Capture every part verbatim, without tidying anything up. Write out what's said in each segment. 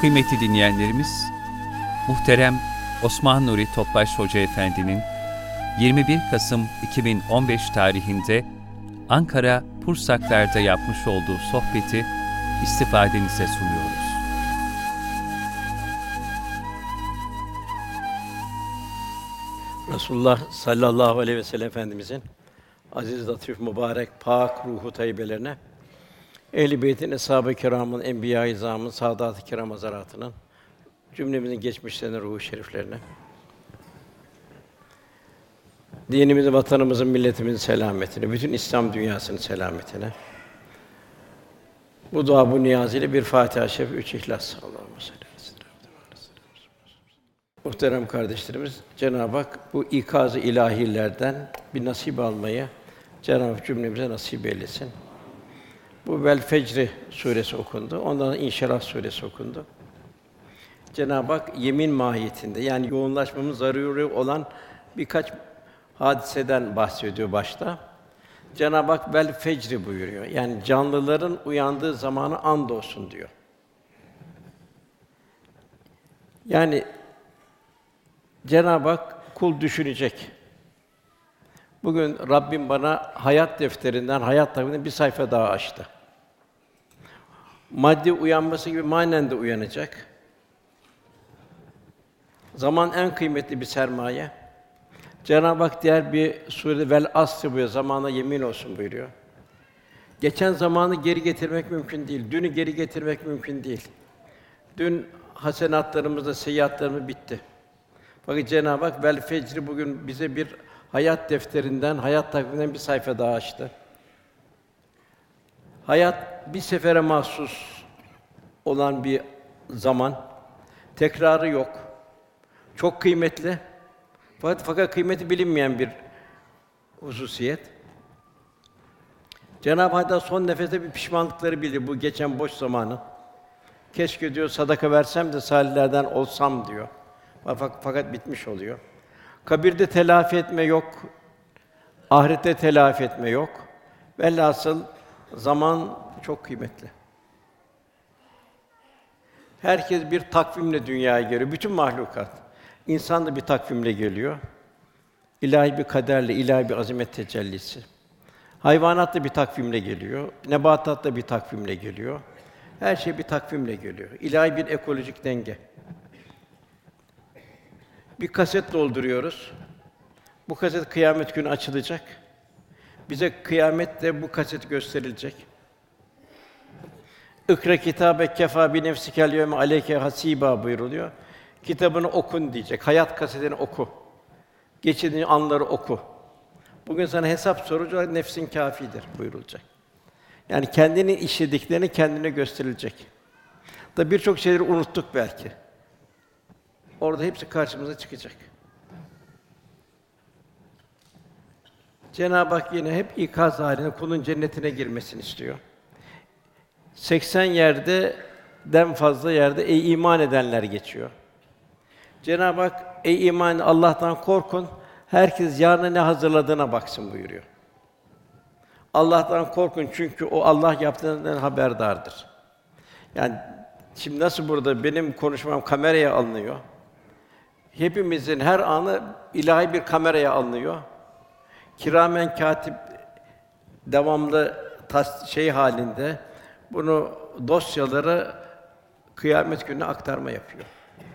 Kıymetli dinleyenlerimiz, muhterem Osman Nuri Topbaş Hoca Efendi'nin yirmi bir Kasım iki bin on beş tarihinde Ankara Pursaklar'da yapmış olduğu sohbeti istifadenize sunuyoruz. Resulullah sallallahu aleyhi ve sellem Efendimizin aziz, latif, mübarek, pak ruhu tayyibelerine, Ehl-i Beyt'in, Eshâb-ı Kirâm'ın, Enbiyâ-i İzâm'ın, Sâdât-ı Kirâm hazaratının, cümlemizin geçmişlerine, ruhu şeriflerine, dinimizin, vatanımızın, milletimizin selametine, bütün İslam dünyasının selametine. Bu dua, bu niyaz ile bir Fâtiha-i Şerif, üç İhlas. Allahümme salli aleyhi ve sellem. Muhterem kardeşlerimiz, Cenab-ı Hak bu ikaz-ı ilahilerden bir nasip almayı Cenab-ı Hak cümlemize nasip eylesin. Bu Vel Fecr suresi okundu. Ondan sonra İnşirah suresi okundu. Cenab-ı Hak yemin mahiyetinde, yani yoğunlaşmamız zaruri olan birkaç hadiseden bahsediyor başta. Cenab-ı Hak Vel Fecr buyuruyor. Yani canlıların uyandığı zamanı andolsun diyor. Yani Cenab-ı Hak kul düşünecek. Bugün Rabbim bana hayat defterinden, hayat takviminden bir sayfa daha açtı. Maddi uyanması gibi manen de uyanacak. Zaman en kıymetli bir sermaye. Cenab-ı Hak diğer bir surede Vel Asr buyuruyor, zamana yemin olsun buyuruyor. Geçen zamanı geri getirmek mümkün değil, dünü geri getirmek mümkün değil. Dün hasenatlarımızda seyyiatlarımız bitti. Fakat Cenab-ı Hak Vel Fecr bugün bize bir hayat defterinden, hayat takviminden bir sayfa daha açtı. Hayat bir sefere mahsus olan bir zaman, tekrarı yok. Çok kıymetli. Fakat fakat kıymeti bilinmeyen bir hususiyet. Cenab-ı Hak da son nefeste bir pişmanlıkları bilir bu geçen boş zamanı. Keşke diyor sadaka versem de salihlerden olsam diyor. Fakat, fakat bitmiş oluyor. Kabirde telafi etme yok. Ahirette telafi etme yok. Velhasıl zaman çok kıymetli. Herkes bir takvimle dünyaya geliyor. Bütün mahlukat. İnsan da bir takvimle geliyor. İlahi bir kaderle, ilahi bir azamet tecellisi. Hayvanat da bir takvimle geliyor. Nebatat da bir takvimle geliyor. Her şey bir takvimle geliyor. İlahi bir ekolojik denge. Bir kaset dolduruyoruz. Bu kaset kıyamet günü açılacak. Bize kıyamette bu kaset gösterilecek. İkra kitabe kefâ bi nefsikel yevme aleyke hasîbâ buyuruluyor. Kitabını okun diyecek. Hayat kasetini oku. Geçirdiğin anları oku. Bugün sana hesap soracak, nefsin kâfidir buyurulacak. Yani kendinin işlediklerini kendine gösterilecek. Da birçok şeyleri unuttuk belki. Orada hepsi karşımıza çıkacak. Cenab-ı Hak yine hep ikaz halinde kulun cennetine girmesini istiyor. seksen yerden fazla yerde ey iman edenler geçiyor. Cenab-ı Hak ey iman Allah'tan korkun, herkes yarına ne hazırladığına baksın buyuruyor. Allah'tan korkun çünkü o Allah yaptığından haberdardır. Yani şimdi nasıl burada benim konuşmam kameraya alınıyor? Hepimizin her anı ilahi bir kameraya alınıyor. Kiramen katip devamlı tas şey halinde bunu dosyaları kıyamet gününe aktarma yapıyor.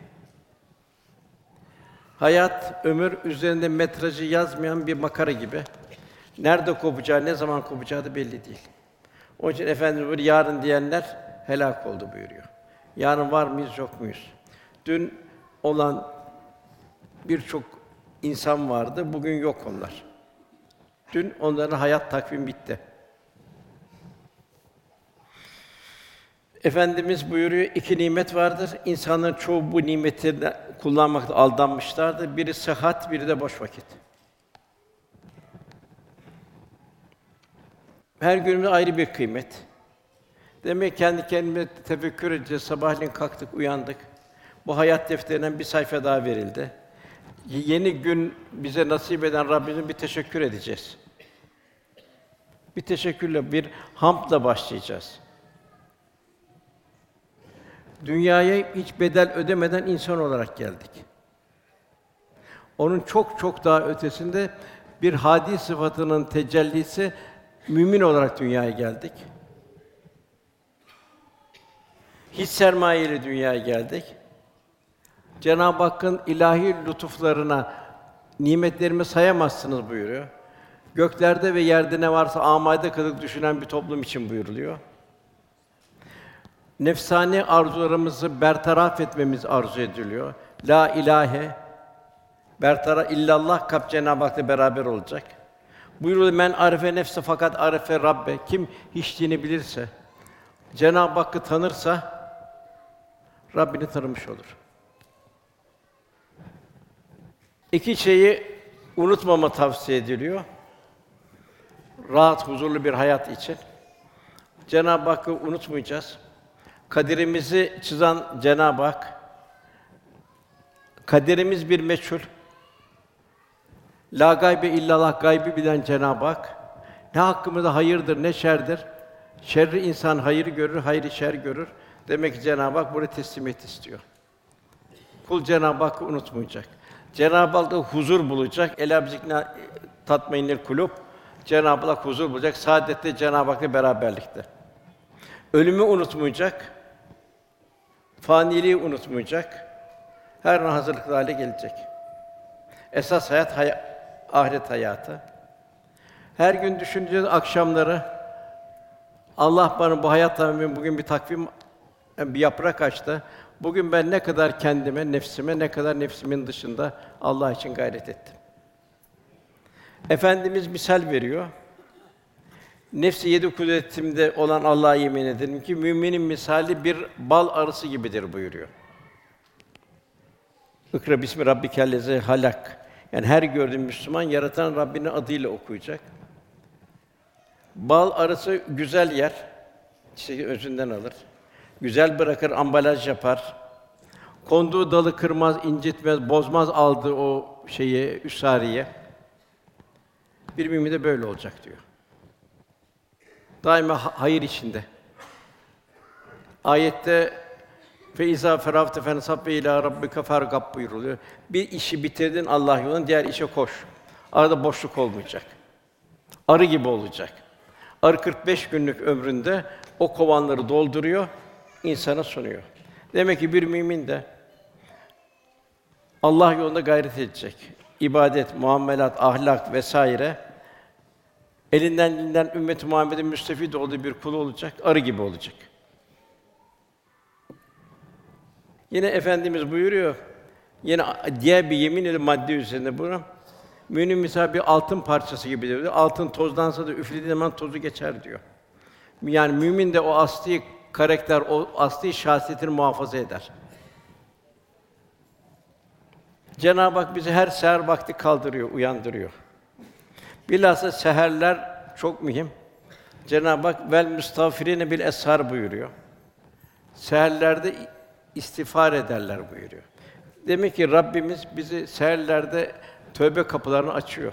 Hayat, ömür üzerinde metrajı yazmayan bir makara gibi. Nerede kopacağı, ne zaman kopacağı da belli değil. Onun için Efendimiz buyuruyor, yarın diyenler helak oldu buyuruyor. Yarın var mıyız, yok muyuz? Dün olan birçok insan vardı, bugün yok onlar. Dün onların hayat takvimi bitti. Efendimiz buyuruyor, iki nimet vardır. İnsanların çoğu bu nimetleri kullanmakta aldanmışlardır. Biri sıhhat, biri de boş vakit. Her günümüz ayrı bir kıymet. Demek ki kendi kendime tefekkür edeceğiz. Sabahleyin kalktık, uyandık. Bu hayat defterinden bir sayfa daha verildi. Yeni gün bize nasip eden Rabbimize bir teşekkür edeceğiz. Bir teşekkürle, bir hamdla başlayacağız. Dünyaya hiç bedel ödemeden insan olarak geldik. Onun çok çok daha ötesinde bir hadi sıfatının tecellisi, mümin olarak dünyaya geldik. Hiç sermayeyle dünyaya geldik. Cenab-ı Hakk'ın ilahi lütuflarına, nimetlerimi sayamazsınız buyuruyor. Göklerde ve yerde ne varsa amade kılıp düşünen bir toplum için buyuruluyor. Nefsani arzularımızı bertaraf etmemiz arzu ediliyor. La ilahe bertaraf illallah kap Cenab-ı Hak'la beraber olacak. Buyuruyor men arife nefse fakat arife Rabbe. Kim hiçliğini bilirse, Cenab-ı Hakk'ı tanırsa Rabbini tanımış olur. İki şeyi unutmama tavsiye ediliyor. Rahat, huzurlu bir hayat için. Cenab-ı Hakk'ı unutmayacağız. Kaderimizi çizen Cenab-ı Hak. Kaderimiz bir meçhul. La gaybe illallah, gaybi bilen Cenab-ı Hak. Ne hakkımızda hayırdır, ne şerdir. Şerri insan hayır görür, hayrı şer görür. Demek ki Cenab-ı Hak burada teslimiyet istiyor. Kul Cenab-ı Hakk'ı unutmayacak. Cenab-ı Hak'ta huzur bulacak. Elâ bizikna tatmainnül kulûb. Cenab-ı Hak huzur bulacak. Saadette Cenab-ı Hak'la beraberlikte. Ölümü unutmayacak. Faniliği unutmayacak. Her an hazırlıklı hale gelecek. Esas hayat hay- ahiret hayatı. Her gün düşüneceğiz akşamları. Allah bana bu hayattan bugün bir takvim, bir yaprak açtı. Bugün ben ne kadar kendime, nefsime, ne kadar nefsimin dışında Allah için gayret ettim. Efendimiz misal veriyor. Nefsi yedi kudretimde olan Allah'a yemin ederim ki müminin misali bir bal arısı gibidir buyuruyor. İkra bismi rabbikellezî halak. Yani her gördüğün Müslüman yaratan Rabbinin adıyla okuyacak. Bal arısı güzel yer, çiçeği özünden alır. Güzel bırakır, ambalaj yapar. Konduğu dalı kırmaz, incitmez, bozmaz aldığı o şeyi, üsariye. Bir mümin de böyle olacak diyor. Daima hayır içinde. Ayette fe izâ feragte fensab ilâ rabbike fergab buyuruluyor. Bir işi bitirdin Allah yolunda, diğer işe koş. Arada boşluk olmayacak. Arı gibi olacak. Arı kırk beş günlük ömründe o kovanları dolduruyor, insana sunuyor. Demek ki bir mümin de Allah yolunda gayret edecek. İbadet, muamelat, ahlak vesaire elinden dilinden ümmet-i Muhammed'in müstefid olduğu bir kul olacak, arı gibi olacak. Yine Efendimiz buyuruyor, yine diğer bir yemin ile madde üzerinde bunu. Mümin misal bir altın parçası gibidir diyor. Altın tozlansa da üflediği zaman tozu geçer diyor. Yani mümin de o asli karakter, o asli şahsiyetini muhafaza eder. Cenab-ı Hak bizi her seher vakti kaldırıyor, uyandırıyor. Bilhassa seherler çok mühim. Cenab-ı Hak vel müstağfirine bil eshar buyuruyor. Seherlerde istiğfar ederler buyuruyor. Demek ki Rabbimiz bizi seherlerde tövbe kapılarını açıyor.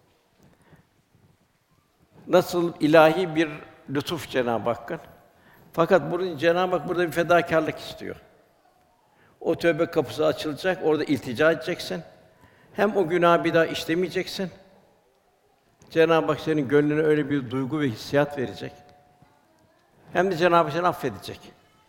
Nasıl ilahi bir lütuf Cenab-ı Hakk'ın. Fakat burada Cenab-ı Hak burada bir fedakârlık istiyor. O tövbe kapısı açılacak, orada iltica edeceksin. Hem o günahı bir daha işlemeyeceksin. Cenab-ı Hak senin gönlüne öyle bir duygu ve hissiyat verecek. Hem de Cenab-ı Hak seni affedecek.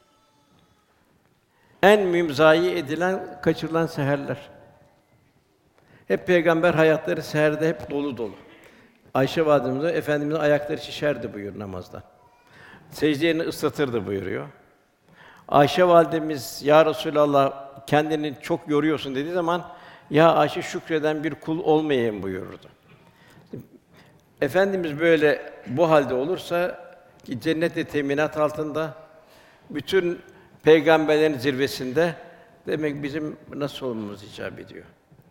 En mühim zayi edilen, kaçırılan seherler. Hep peygamber hayatları seherde hep dolu dolu. Ayşe validemiz Efendimiz'in ayakları şişerdi buyuruyor namazda. Secde yerini ıslatırdı buyuruyor. Ayşe validemiz ya Resulallah kendini çok yoruyorsun dediği zaman ya Ayşe şükreden bir kul olmayayım buyururdu. Efendimiz böyle bu halde olursa ki cennet-i teminat altında bütün peygamberlerin zirvesinde demek bizim nasıl olmamız icap ediyor.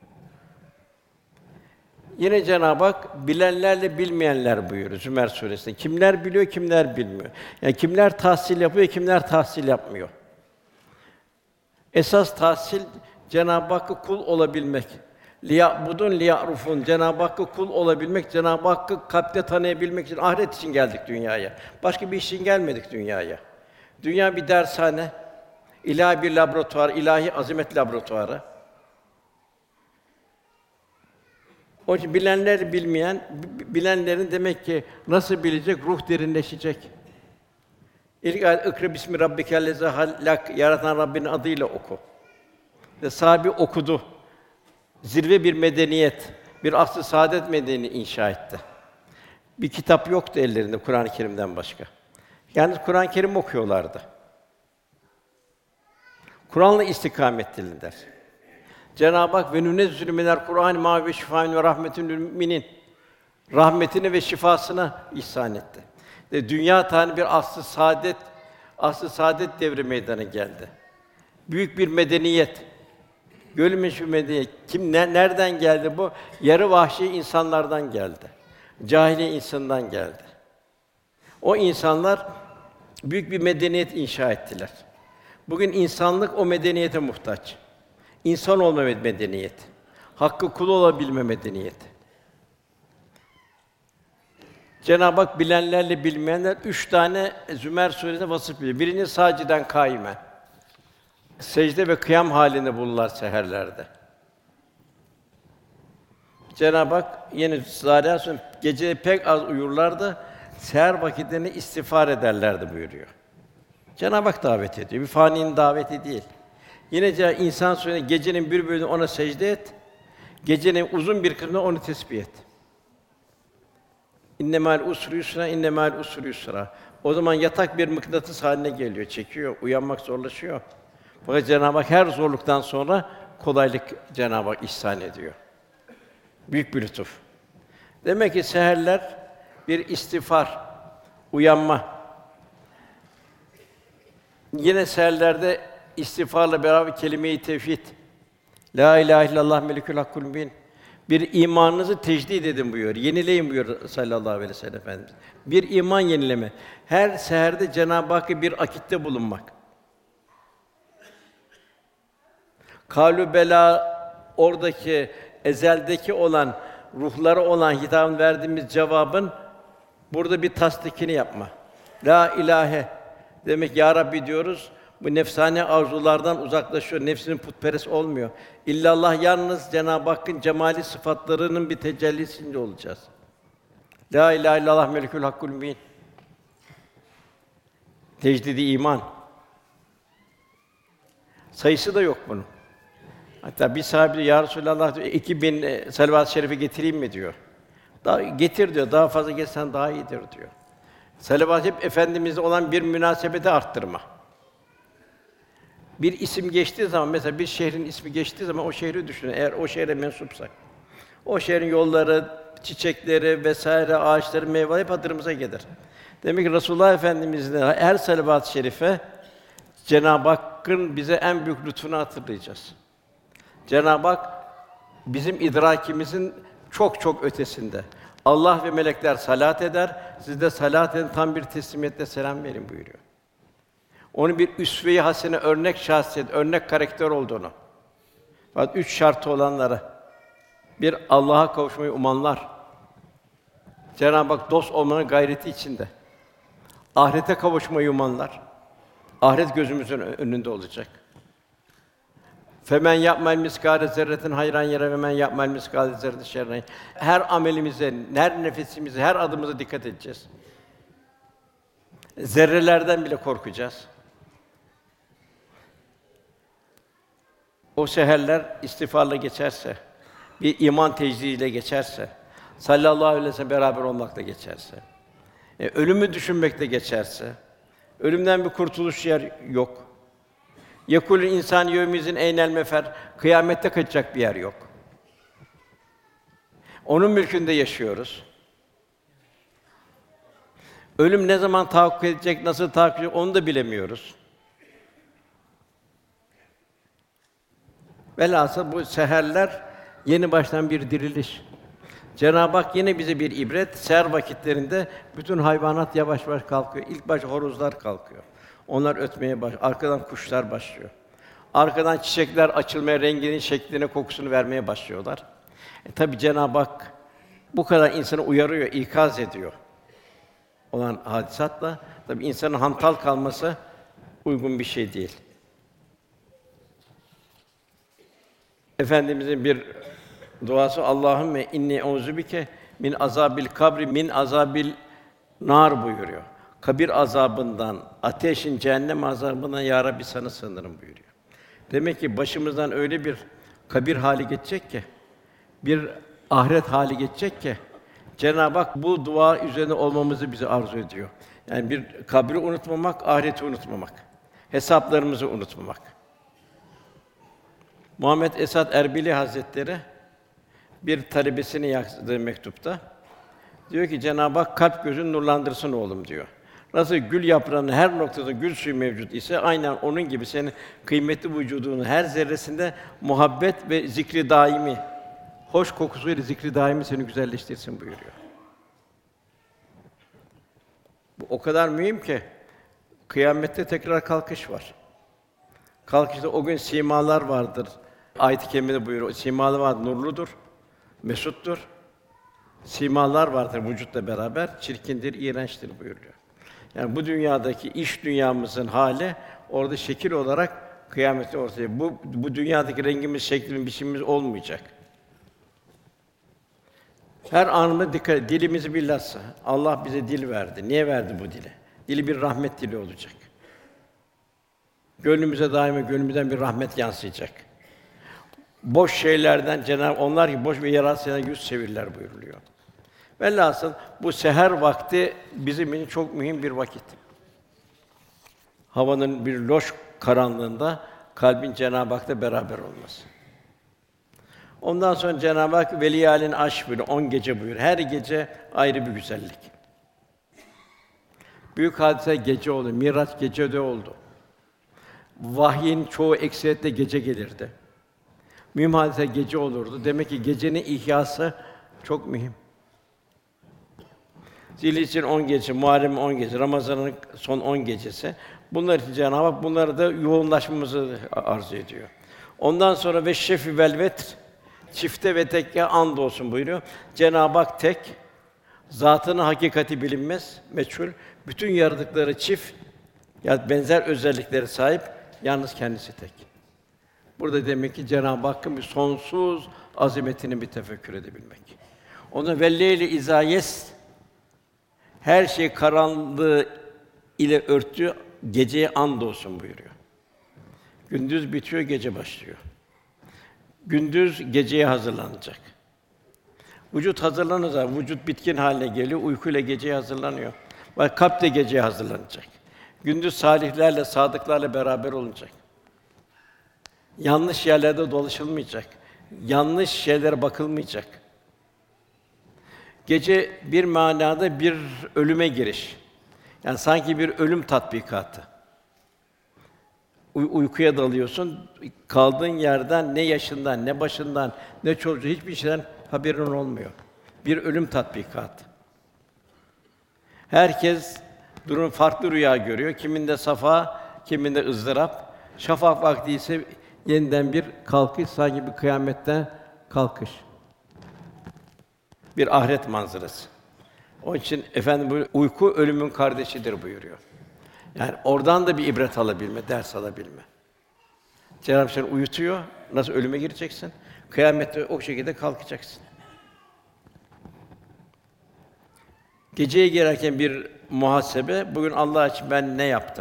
Yine Cenab-ı Hak bilenlerle bilmeyenler buyuruyor Zümer suresinde. Kimler biliyor, kimler bilmiyor. Yani kimler tahsil yapıyor, kimler tahsil yapmıyor. Esas tahsil Cenab-ı Hakk'a kul olabilmek. Liya'budun liya'rufun. Cenab-ı Hakk'a kul olabilmek, Cenab-ı Hakk'ı kalpte tanıyabilmek için ahiret için geldik dünyaya. Başka bir iş için gelmedik dünyaya. Dünya bir dershane. İlahi bir laboratuvar, ilahi azamet laboratuvarı. Onun için bilenler bilmeyen, bilenlerin demek ki nasıl bilecek? Ruh derinleşecek. İlk ayet "İkra bismi rabbikellezî halak" yaratan Rabbinin adıyla oku. Ve sahabi okudu. Zirve bir medeniyet, bir asr-ı saadet medeniyeti inşa etti. Bir kitap yoktu ellerinde Kur'an-ı Kerim'den başka. Yalnız Kur'an-ı Kerim okuyorlardı. Kur'an'la istikametliler. Cenab-ı Hak ve nünezzülü minel Kur'an mâ ve şifâun ve rahmetün lil müminin rahmetini ve şifasını ihsan etti. Ve dünya tarihi bir asr-ı saadet, asr-ı saadet devri meydana geldi. Büyük bir medeniyet, görülmüş bir medeniyet. Kim ne, nereden geldi bu? Yarı vahşi insanlardan geldi. Cahiliye insanından geldi. O insanlar büyük bir medeniyet inşa ettiler. Bugün insanlık o medeniyete muhtaç. İnsan olma medeniyeti, hakkı kul olabilme medeniyeti. Cenab-ı Hak bilenlerle bilmeyenler üç tane Zümer Suresi'nde vasıf veriyor. Birinci sâciden kâimen. Secde ve kıyam halinde bulurlar seherlerde. Cenab-ı Hak yine Zâriât Suresi gece pek az uyurlardı, seher vakitlerini istiğfar ederlerdi buyuruyor. Cenab-ı Hak davet ediyor. Bir faninin daveti değil. Yine Cenab-ı İnsan Suresi'nde gecenin bir bölümünde ona secde et. Gecenin uzun bir kısmında onu tesbih et. İnne ma'al usri yusra, inne ma'al usri yusra. O zaman yatak bir mıknatıs haline geliyor, çekiyor, uyanmak zorlaşıyor. Fakat Cenab-ı Hak her zorluktan sonra kolaylık Cenab-ı Hak ihsan ediyor. Büyük bir lütuf. Demek ki seherler bir istiğfar, uyanma. Yine seherlerde istiğfarla beraber kelime-i tevhid, la ilahe illallah melikül hakkul mübin. Bir imanınızı tecdid edin buyuruyor. Yenileyin buyuruyor sallallahu aleyhi ve sellem Efendimiz. Bir iman yenileme. Her seherde Cenab-ı Hakk'a bir akitte bulunmak. Kâlû belâ oradaki ezeldeki olan ruhlara olan hitabın verdiğimiz cevabın burada bir tasdikini yapma. La ilahe demek ya Rabbi diyoruz. Bu nefsane arzulardan uzaklaşıyor. Nefsinin putperest olmuyor. İllallah yalnız Cenab-ı Hakk'ın cemali sıfatlarının bir tecellisinde olacağız. La ilahe illallah melikül hakkul mübin. Tecdidi iman. Sayısı da yok bunun. Hatta bir sahabe ya Resulallah diyor, iki bin e, salavat-ı şerife getireyim mi diyor. Daha getir diyor. Daha fazla getirsen daha iyidir diyor. Salavat hep Efendimizle olan bir münasebeti arttırma. Bir isim geçtiği zaman, mesela bir şehrin ismi geçtiği zaman o şehri düşünün. Eğer o şehre mensupsak, o şehrin yolları, çiçekleri vesaire, ağaçları, meyveleri hep hatırımıza gelir. Demek ki Resulullah Efendimiz'in her salavat-ı şerife Cenab-ı Hakk'ın bize en büyük lütfunu hatırlayacağız. Cenab-ı Hak bizim idrakimizin çok çok ötesinde. Allah ve melekler salat eder, siz de salat edin, tam bir teslimiyetle selam verin buyuruyor. Onun bir üsve-i hasene, örnek şahsiyet, örnek karakter olduğunu. Fakat üç şartı olanlara, bir Allah'a kavuşmayı umanlar, Cenab-ı Hak dost olmanın gayreti içinde, ahirete kavuşmayı umanlar, ahiret gözümüzün önünde olacak. Femen ya'mel miskâle zerretin hayran yere ve men ya'mel miskâle zerretin şerren. Her amelimize, her nefesimize, her adımıza dikkat edeceğiz. Zerrelerden bile korkacağız. O seherler istiğfarla geçerse, bir iman tecdidiyle geçerse, sallallahu aleyhi ve sellem beraber olmakla geçerse, e, ölümü düşünmekle geçerse, ölümden bir kurtuluş yer yok. Yekûlü insan yevmizin eynel mefer, kıyamette kaçacak bir yer yok. Onun mülkünde yaşıyoruz. Ölüm ne zaman tahakkuk edecek, nasıl tahakkuk edecek onu da bilemiyoruz. Velhasıl bu seherler yeni baştan bir diriliş. Cenab-ı Hak yine bize bir ibret. Seher vakitlerinde bütün hayvanat yavaş yavaş kalkıyor. İlk baş horozlar kalkıyor. Onlar ötmeye baş, arkadan kuşlar başlıyor. Arkadan çiçekler açılmaya, rengini, şeklini, kokusunu vermeye başlıyorlar. E, tabii Cenab-ı Hak bu kadar insanı uyarıyor, ikaz ediyor. Olan hadisatla tabii insanın hantal kalması uygun bir şey değil. Efendimizin bir duası Allahümme inni euzubike min azabil kabri min azabil nar buyuruyor. Kabir azabından, ateşin, cehennem azabından ya Rabbi sana sığınırım buyuruyor. Demek ki başımızdan öyle bir kabir hali geçecek ki, bir ahiret hali geçecek ki Cenab-ı Hak bu dua üzerine olmamızı bize arzu ediyor. Yani bir kabri unutmamak, ahireti unutmamak, hesaplarımızı unutmamak. Muhammed Esad Erbili Hazretleri bir talebesine yazdığı mektupta diyor ki Cenab-ı Hak kalp gözünü nurlandırsın oğlum diyor. Nasıl gül yaprağının her noktasında gül suyu mevcut ise aynen onun gibi senin kıymetli vücudunun her zerresinde muhabbet ve zikri daimi, hoş kokusuyla zikri daimi seni güzelleştirsin buyuruyor. Bu o kadar mühim ki kıyamette tekrar kalkış var. Kalkışta o gün simalar vardır. Ayet-i kerimede buyuruyor. Simalar var, nurludur, mesuttur. Simalar vardır vücutla beraber, çirkindir, iğrençtir buyuruyor. Yani bu dünyadaki iş dünyamızın hali orada şekil olarak kıyamette ortaya. Bu bu dünyadaki rengimiz, şeklimiz, biçimimiz olmayacak. Her anımda dikkat, dilimizi bilhassa Allah bize dil verdi. Niye verdi bu dili? Dili bir rahmet dili olacak. Gönlümüze daima gönlümüzden bir rahmet yansıyacak. Boş şeylerden Cenab-ı onlar ki boş ve yararsız şeylerden yüz çevirirler buyuruluyor. Velhasıl bu seher vakti bizim için çok mühim bir vakit. Havanın bir loş karanlığında kalbin Cenab-ı Hak'la beraber olması. Ondan sonra Cenab-ı Hak veliyâlin aşk buyuruyor, on gece buyuruyor. Her gece ayrı bir güzellik. Büyük hadise gece oldu, Miraç gecede oldu. Vahyin çoğu ekseriyetle gece gelirdi. Mühim hadise gece olurdu. Demek ki gecenin ihyası çok mühim. Zilhicce'nin on gecesi, Muharrem'in on gecesi, Ramazan'ın son on gecesi. Bunlar için Cenab-ı Hak bunları da yoğunlaşmamızı arzu ediyor. Ondan sonra ve şefi vel vetr, çifte ve tekke and olsun buyuruyor. Cenab-ı Hak tek, zatının hakikati bilinmez, meçhul. Bütün yaratıkları çift, ya benzer özelliklere sahip, yalnız kendisi tek. Burada demek ki Cenab-ı Hakk'ın bir sonsuz azametini bir tefekkür edebilmek. Ona velleyli izayes her şey karanlığı ile örtü, geceye andolsun buyuruyor. Gündüz bitiyor, gece başlıyor. Gündüz geceye hazırlanacak. Vücut hazırlanacak, vücut bitkin haline geliyor, uykuyla geceye hazırlanıyor. Ve kalp de geceye hazırlanacak. Gündüz salihlerle, sadıklarla beraber olacak. Yanlış yerlerde dolaşılmayacak. Yanlış şeylere bakılmayacak. Gece bir manada bir ölüme giriş. Yani sanki bir ölüm tatbikatı. Uy- uykuya dalıyorsun, kaldığın yerden ne yaşından, ne başından, ne çocuğu hiçbir şeyden haberin olmuyor. Bir ölüm tatbikatı. Herkes durum farklı rüya görüyor. Kiminde safa, kiminde ızdırap. Şafak vakti ise yeniden bir kalkış, sanki bir kıyametten kalkış. Bir ahiret manzarası. Onun için efendim bu uyku ölümün kardeşidir buyuruyor. Yani oradan da bir ibret alabilme, ders alabilme. Cenab-ı Hak seni uyutuyor, nasıl ölüme gireceksin? Kıyamette o şekilde kalkacaksın. Geceye girerken bir muhasebe, bugün Allah için ben ne yaptım?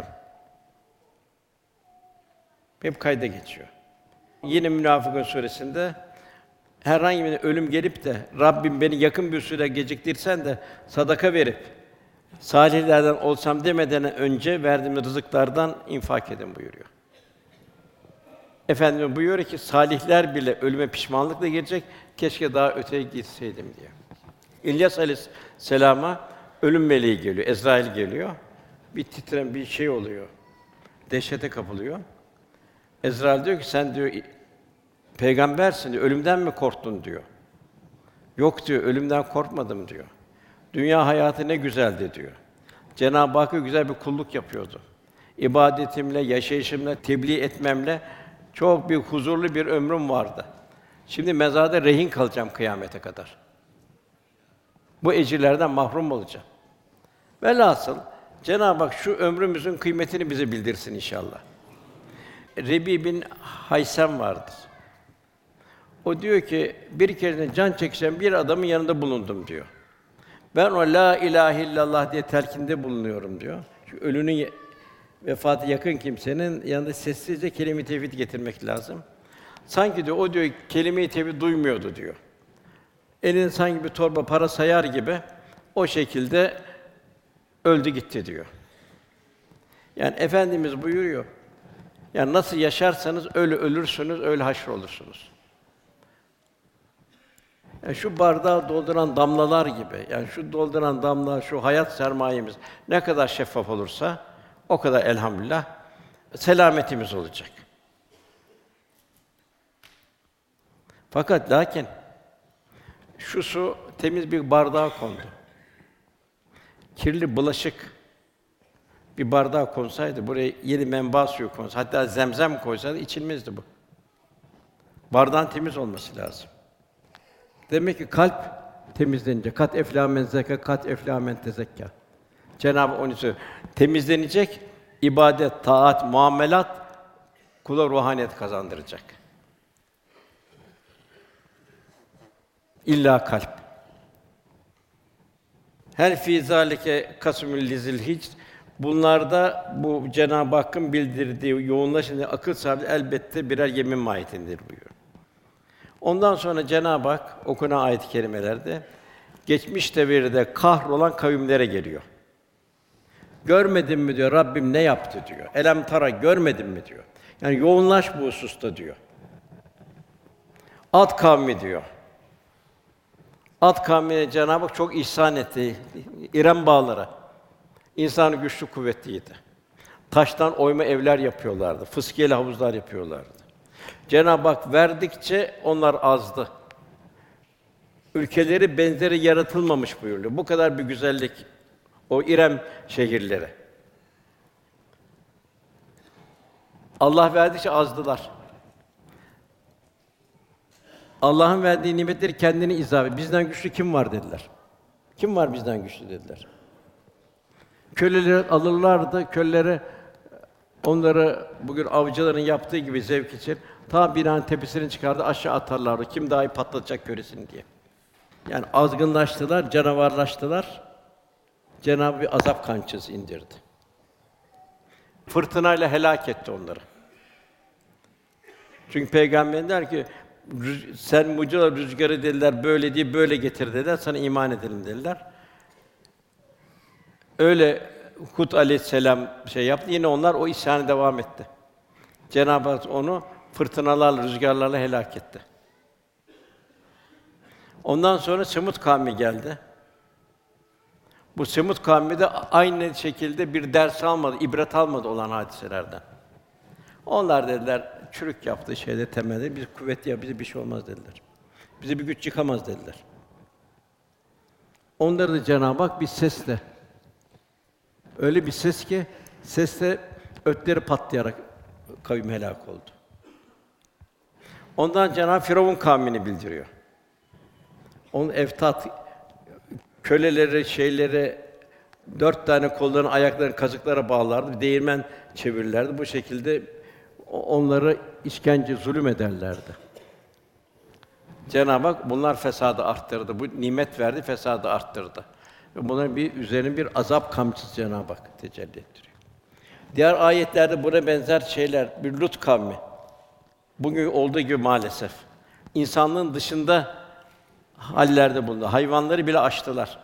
Hep kayda geçiyor. Yine Münafıkun suresinde herhangi bir ölüm gelip de Rabbim beni yakın bir süre geciktirsen de sadaka verip salihlerden olsam demeden önce verdiğim rızıklardan infak edin buyuruyor. Efendimiz buyuruyor ki salihler bile ölüme pişmanlıkla girecek. Keşke daha öteye gitseydim diye. İlyas Aleyhisselam'a ölüm meleği geliyor, Ezrail geliyor. Bir titren bir şey oluyor. Dehşete kapılıyor. Ezrail diyor ki sen diyor peygambersin diyor. Ölümden mi korktun diyor. Yok diyor. Ölümden korkmadım diyor. Dünya hayatı ne güzeldi diyor. Cenab-ı Hakk'a güzel bir kulluk yapıyordu. İbadetimle, yaşayışımla, tebliğ etmemle çok bir huzurlu bir ömrüm vardı. Şimdi mezarda rehin kalacağım kıyamete kadar. Bu ecirlerden mahrum olacağım. Velhasıl Cenab-ı Hak şu ömrümüzün kıymetini bize bildirsin inşallah. Rebi bin Haysem vardır. O diyor ki, bir keresinde can çekişen bir adamın yanında bulundum diyor. Ben o la ilahe illallah diye telkinde bulunuyorum diyor. Çünkü ölünün ye- vefatı yakın kimsenin yanında sessizce kelime-i tevhid getirmek lazım. Sanki diyor o diyor kelime-i tevhid duymuyordu diyor. Elinde sanki bir torba para sayar gibi o şekilde öldü gitti diyor. Yani Efendimiz buyuruyor. Yani nasıl yaşarsanız öyle ölürsünüz, öyle haşrolursunuz. Yani şu bardağı dolduran damlalar gibi, yani şu dolduran damla, şu hayat sermayemiz ne kadar şeffaf olursa o kadar elhamdülillah selametimiz olacak. Fakat lakin şu su temiz bir bardağa kondu. Kirli bulaşık bir bardağa konsaydı, buraya yeni menba suyu konsaydı, hatta zemzem koysaydı içilmezdi bu. Bardağın temiz olması lazım. Demek ki kalp temizlenince kat eflâ men zekâ, kat eflâ men tezekkâ. Cenab-ı Hak onu söylüyor. Temizlenecek, ibadet, taat, muamelat kula ruhaniyet kazandıracak. İlla kalp. Her fî zâlike kasmül lizilhic. Bunlarda bu Cenab-ı Hakk'ın bildirdiği yoğunlaşan akıl sahibi elbette birer yemin mahiyetindedir buyuruyor. Ondan sonra Cenab-ı Hak okunan ayet-i kerimelerde geçmiş devirde kahrolan kavimlere geliyor. Görmedin mi diyor Rabbim ne yaptı diyor. Elem tara görmedin mi diyor. Yani yoğunlaş bu hususta diyor. Ad kavmi diyor. Ad kavmine Cenab-ı Hak çok ihsan etti. İrem bağları. İnsanı güçlü kuvvetliydi. Taştan oyma evler yapıyorlardı. Fıskiyeli havuzlar yapıyorlardı. Cenab-ı Hak verdikçe onlar azdı. Ülkeleri benzeri yaratılmamış buyuruyor. Bu kadar bir güzellik o İrem şehirleri. Allah verdikçe azdılar. Allah'ın verdiği nimetleri kendini izah et. Bizden güçlü kim var dediler. Kim var bizden güçlü dediler. Köleleri alırlardı, köleleri onları bugün avcıların yaptığı gibi zevk için ta binanın tepesini çıkardı aşağı atarlardı. Kim daha iyi patlatacak göresin diye. Yani azgınlaştılar, canavarlaştılar. Cenab-ı bir azap kançısı indirdi. Fırtınayla helak etti onları. Çünkü Peygamber der ki rüz- sen mucizat rüzgarı dediler böyle değil böyle getir dediler sana iman edelim dediler. Öyle Hud aleyhisselam şey yaptı yine onlar o isyanı devam etti. Cenab-ı Hak onu fırtınalarla, rüzgarlarla helak etti. Ondan sonra Semud kavmi geldi. Bu Semud kavmi de aynı şekilde bir ders almadı, ibret almadı olan hadiselerden. Onlar dediler, çürük yaptığı şeyde temelde biz kuvvetli ya bize bir şey olmaz dediler. Bize bir güç yıkamaz dediler. Onları da Cenab-ı Hak bir sesle, öyle bir ses ki sesle ötleri patlayarak kavim helak oldu. Ondan Cenab-ı Hak Firavun kavmini bildiriyor. Onun eftat köleleri, şeyleri dört tane kollarını, ayaklarını kazıklara bağlardı, bir değirmen çevirirlerdi. Bu şekilde onları işkence, zulüm ederlerdi. Cenab-ı Hak bunlar fesadı arttırdı. Bu nimet verdi, fesadı arttırdı. Ve bunların bir üzerine bir azap kamçısı Cenab-ı Hak tecelli ettiriyor. Diğer ayetlerde buna benzer şeyler, bir Lut kavmi. Bugün olduğu gibi maalesef insanlığın dışında hallerde bulundu. Hayvanları bile aştılar.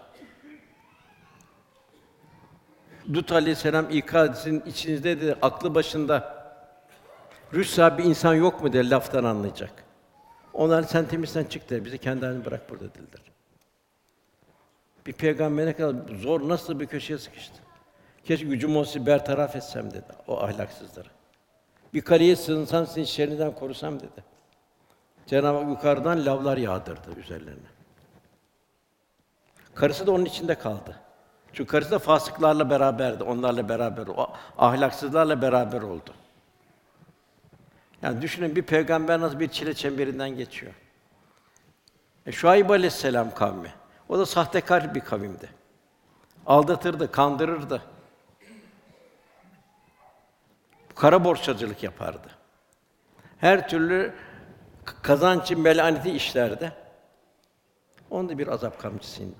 Lut aleyhisselam ikazinin içinizde de aklı başında rüşt sahibi bir insan yok mu der laftan anlayacak. Onlar sen temizsen çık der. Bizi kendi haline bırak burada dediler. Bir peygamber ne kadar zor nasıl bir köşeye sıkıştı. Keşke gücüm olsa bertaraf etsem dedi o ahlaksızları. Bir kaleye sığınsam seni şerrinden korusam dedi. Cenab-ı Hak yukarıdan lavlar yağdırdı üzerlerine. Karısı da onun içinde kaldı. Çünkü karısı da fasıklarla beraberdi, onlarla beraber, o ahlaksızlarla beraber oldu. Yani düşünün bir peygamber nasıl bir çile çemberinden geçiyor. E, Şuayb aleyhisselam kavmi, o da sahtekâr bir kavimdi. Aldatırdı, kandırırdı. Kara borsacılık yapardı. Her türlü k- kazancı melaneti işlerde. Onun da bir azap kamçısıydı.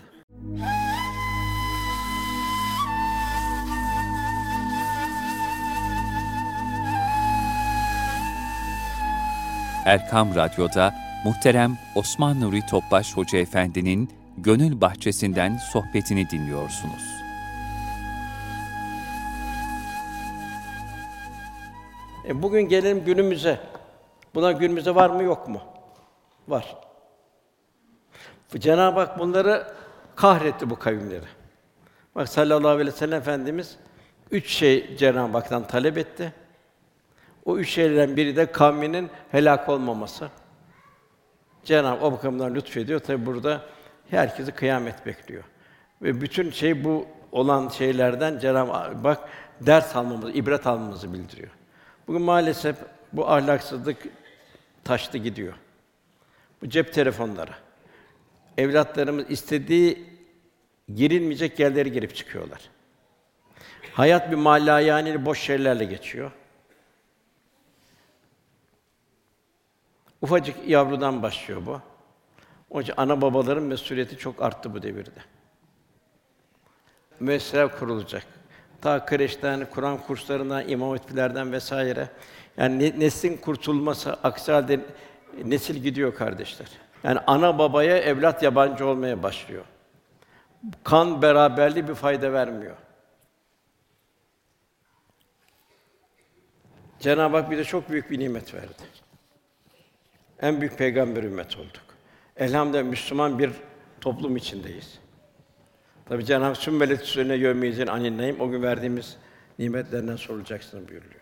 Erkam Radyo'da muhterem Osman Nuri Topbaş Hoca Efendi'nin Gönül Bahçesi'nden sohbetini dinliyorsunuz. E bugün gelelim günümüze. Buna günümüzde var mı yok mu? Var. Cenab-ı Hak bunları kahretti bu kavimleri. Bak sallallahu aleyhi ve sellem Efendimiz üç şey Cenab-ı Hak'tan talep etti. O üç şeylerden biri de kavminin helak olmaması. Cenab-ı Hak o bakımdan lütfediyor. Tabi burada herkesi kıyamet bekliyor. Ve bütün şey bu olan şeylerden Cenab-ı Hak ders almamızı, ibret almamızı bildiriyor. Bugün maalesef bu ahlaksızlık taştı gidiyor. Bu cep telefonları. Evlatlarımız istediği girilmeyecek yerlere girip çıkıyorlar. Hayat bir malayani boş şeylerle geçiyor. Ufacık yavrudan başlıyor bu. Onun için ana babaların mesuliyeti çok arttı bu devirde. Müesseseler kurulacak. Ta kreşten, Kur'an kurslarından, imam hatiplerden vesaire. Yani ne, neslin kurtulması, aksi halde nesil gidiyor kardeşler. Yani ana babaya evlat yabancı olmaya başlıyor. Kan beraberliği bir fayda vermiyor. Cenab-ı Hak bize çok büyük bir nimet verdi. En büyük peygamber ümmet olduk. Elhamdülillah Müslüman bir toplum içindeyiz. Tabii Cenab-ı Hak sümmelet üzerine yevmiyizin aninneyim. O gün verdiğimiz nimetlerden sorulacaksın buyuruyor.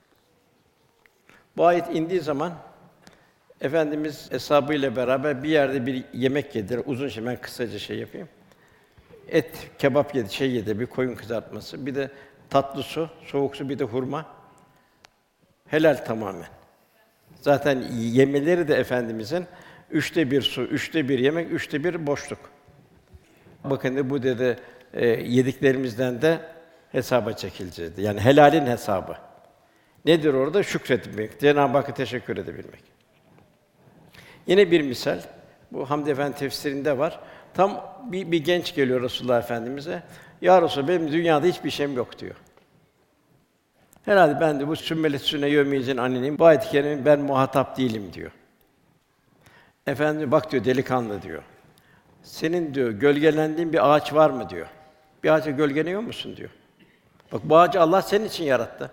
Bu ayet indiği zaman Efendimiz eshabıyla beraber bir yerde bir yemek yediler. Uzun şey, ben kısaca şey yapayım. Et, kebap yedi, şey yedi, bir koyun kızartması, bir de tatlı su, soğuk su, bir de hurma. Helal tamamen. Zaten yemeleri de Efendimizin üçte bir su, üçte bir yemek, üçte bir boşluk. Bakın de bu dedi e, yediklerimizden de hesaba çekileceğiz. Yani helalin hesabı. Nedir orada? Şükretmek, Cenab-ı Hakk'a teşekkür edebilmek. Yine bir misal, bu Hamd Efendi tefsirinde var. Tam bir, bir genç geliyor Resulullah Efendimize. Ya Resulallah, benim dünyada hiçbir şeyim yok diyor. Herhalde ben de bu sümmelet süne yevmiyizin anneyim. Bu ayet-i kerimenin ben muhatap değilim diyor. Efendim bak diyor delikanlı diyor. Senin diyor gölgelendiğin bir ağaç var mı diyor. Bir ağaca gölgeleniyor musun diyor. Bak bu ağacı Allah senin için yarattı.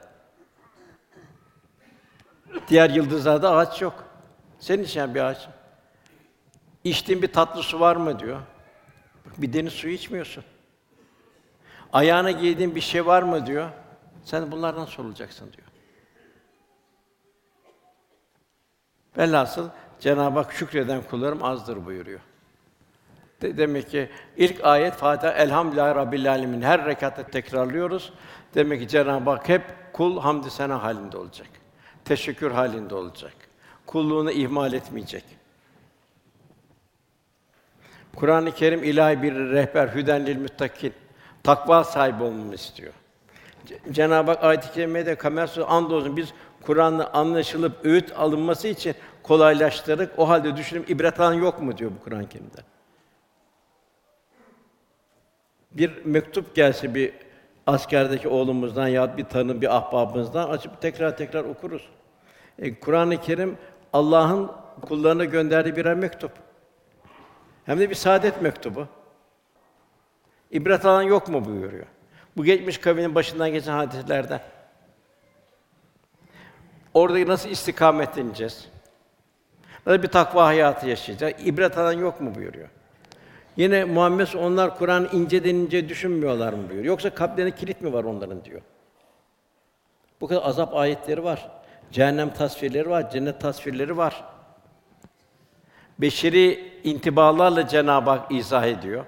Diğer yıldızlarda ağaç yok. Senin için bir ağaç. İçtiğin bir tatlı su var mı diyor. Bak bir deniz suyu içmiyorsun. Ayağına giydiğin bir şey var mı diyor. Sen bunlardan sorulacaksın diyor. Velhasıl Cenab-ı Hak şükreden kullarım azdır buyuruyor. De- demek ki ilk ayet Fatiha Elhamdülillahi Rabbil Âlemin her rekatta tekrarlıyoruz. Demek ki Cenab-ı Hak hep kul hamd-ı sena halinde olacak. Teşekkür halinde olacak. Kulluğunu ihmal etmeyecek. Kur'an-ı Kerim ilahi bir rehber, hüden lil muttakin. Takva sahibi olmamı istiyor. C- Cenab-ı Hak ayet-i kerimede Kamer Suresi andolsun biz Kur'an'ın anlaşılıp öğüt alınması için kolaylaştırdık. O halde düşünün ibret alan yok mu diyor bu Kur'an-ı Kerim'de. Bir mektup gelse bir askerdeki oğlumuzdan ya bir tanı bir ahbabımızdan açıp tekrar tekrar okuruz. E, Kur'an-ı Kerim Allah'ın kullarına gönderdiği birer mektup. Hem de bir saadet mektubu. İbret alan yok mu buyuruyor. Bu geçmiş kavmin başından geçen hadiselerden. Orada nasıl istikametleneceğiz? Nasıl bir takva hayatı yaşayacağız? İbret alan yok mu buyuruyor. Yine Muhammed onlar Kur'an inceden ince düşünmüyorlar mı buyuruyor. Yoksa kalplerine kilit mi var onların diyor. Bu kadar azap ayetleri var. Cehennem tasvirleri var, cennet tasvirleri var. Beşeri intibalarla Cenab-ı Hak izah ediyor.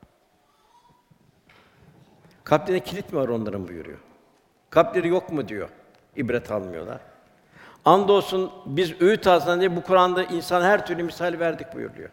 Kalplerine kilit mi var onların buyuruyor. Kalpleri yok mu diyor. İbret almıyorlar. Andolsun biz öğüt alsın diye bu Kur'an'da insan her türlü misal verdik buyuruyor.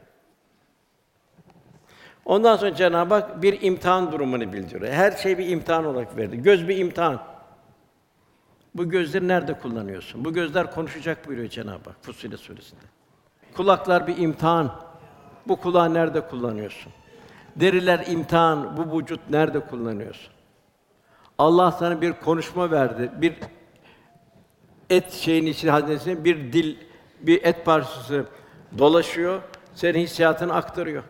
Ondan sonra Cenab-ı Hak bir imtihan durumunu bildiriyor. Her şey bir imtihan olarak verdi. Göz bir imtihan. Bu gözleri nerede kullanıyorsun? Bu gözler konuşacak buyuruyor Cenab-ı Hak Fussilet Suresi'nde. Kulaklar bir imtihan. Bu kulağı nerede kullanıyorsun? Deriler imtihan. Bu vücut nerede kullanıyorsun? Allah sana bir konuşma verdi. Bir et şeyin içine haznesine bir dil, bir et parçası dolaşıyor. Senin hissiyatını aktarıyor.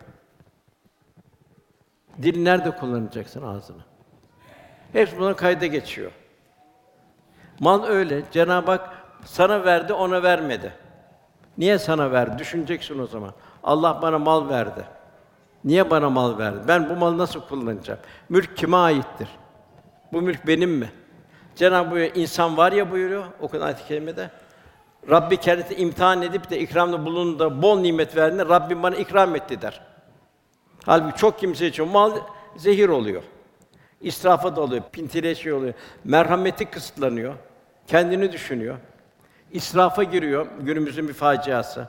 Dil nerede kullanacaksın ağzını? Hepsi bunun kayda geçiyor. Mal öyle. Cenab-ı Hak sana verdi, ona vermedi. Niye sana verdi? Düşüneceksin o zaman. Allah bana mal verdi. Niye bana mal verdi? Ben bu malı nasıl kullanacağım? Mülk kime aittir? Bu mülk benim mi? Cenab-ı Hak buyuruyor, insan var ya buyuruyor o kadar ayet-i kerimede. Rabbi kendisi imtihan edip de ikramda bulundu da bol nimet verdiğinde Rabbim bana ikram etti der. Halbuki çok kimse için mal zehir oluyor. İsrafa da oluyor, pintileşiyor oluyor. Merhameti kısıtlanıyor. Kendini düşünüyor. İsrafa giriyor, günümüzün bir faciası.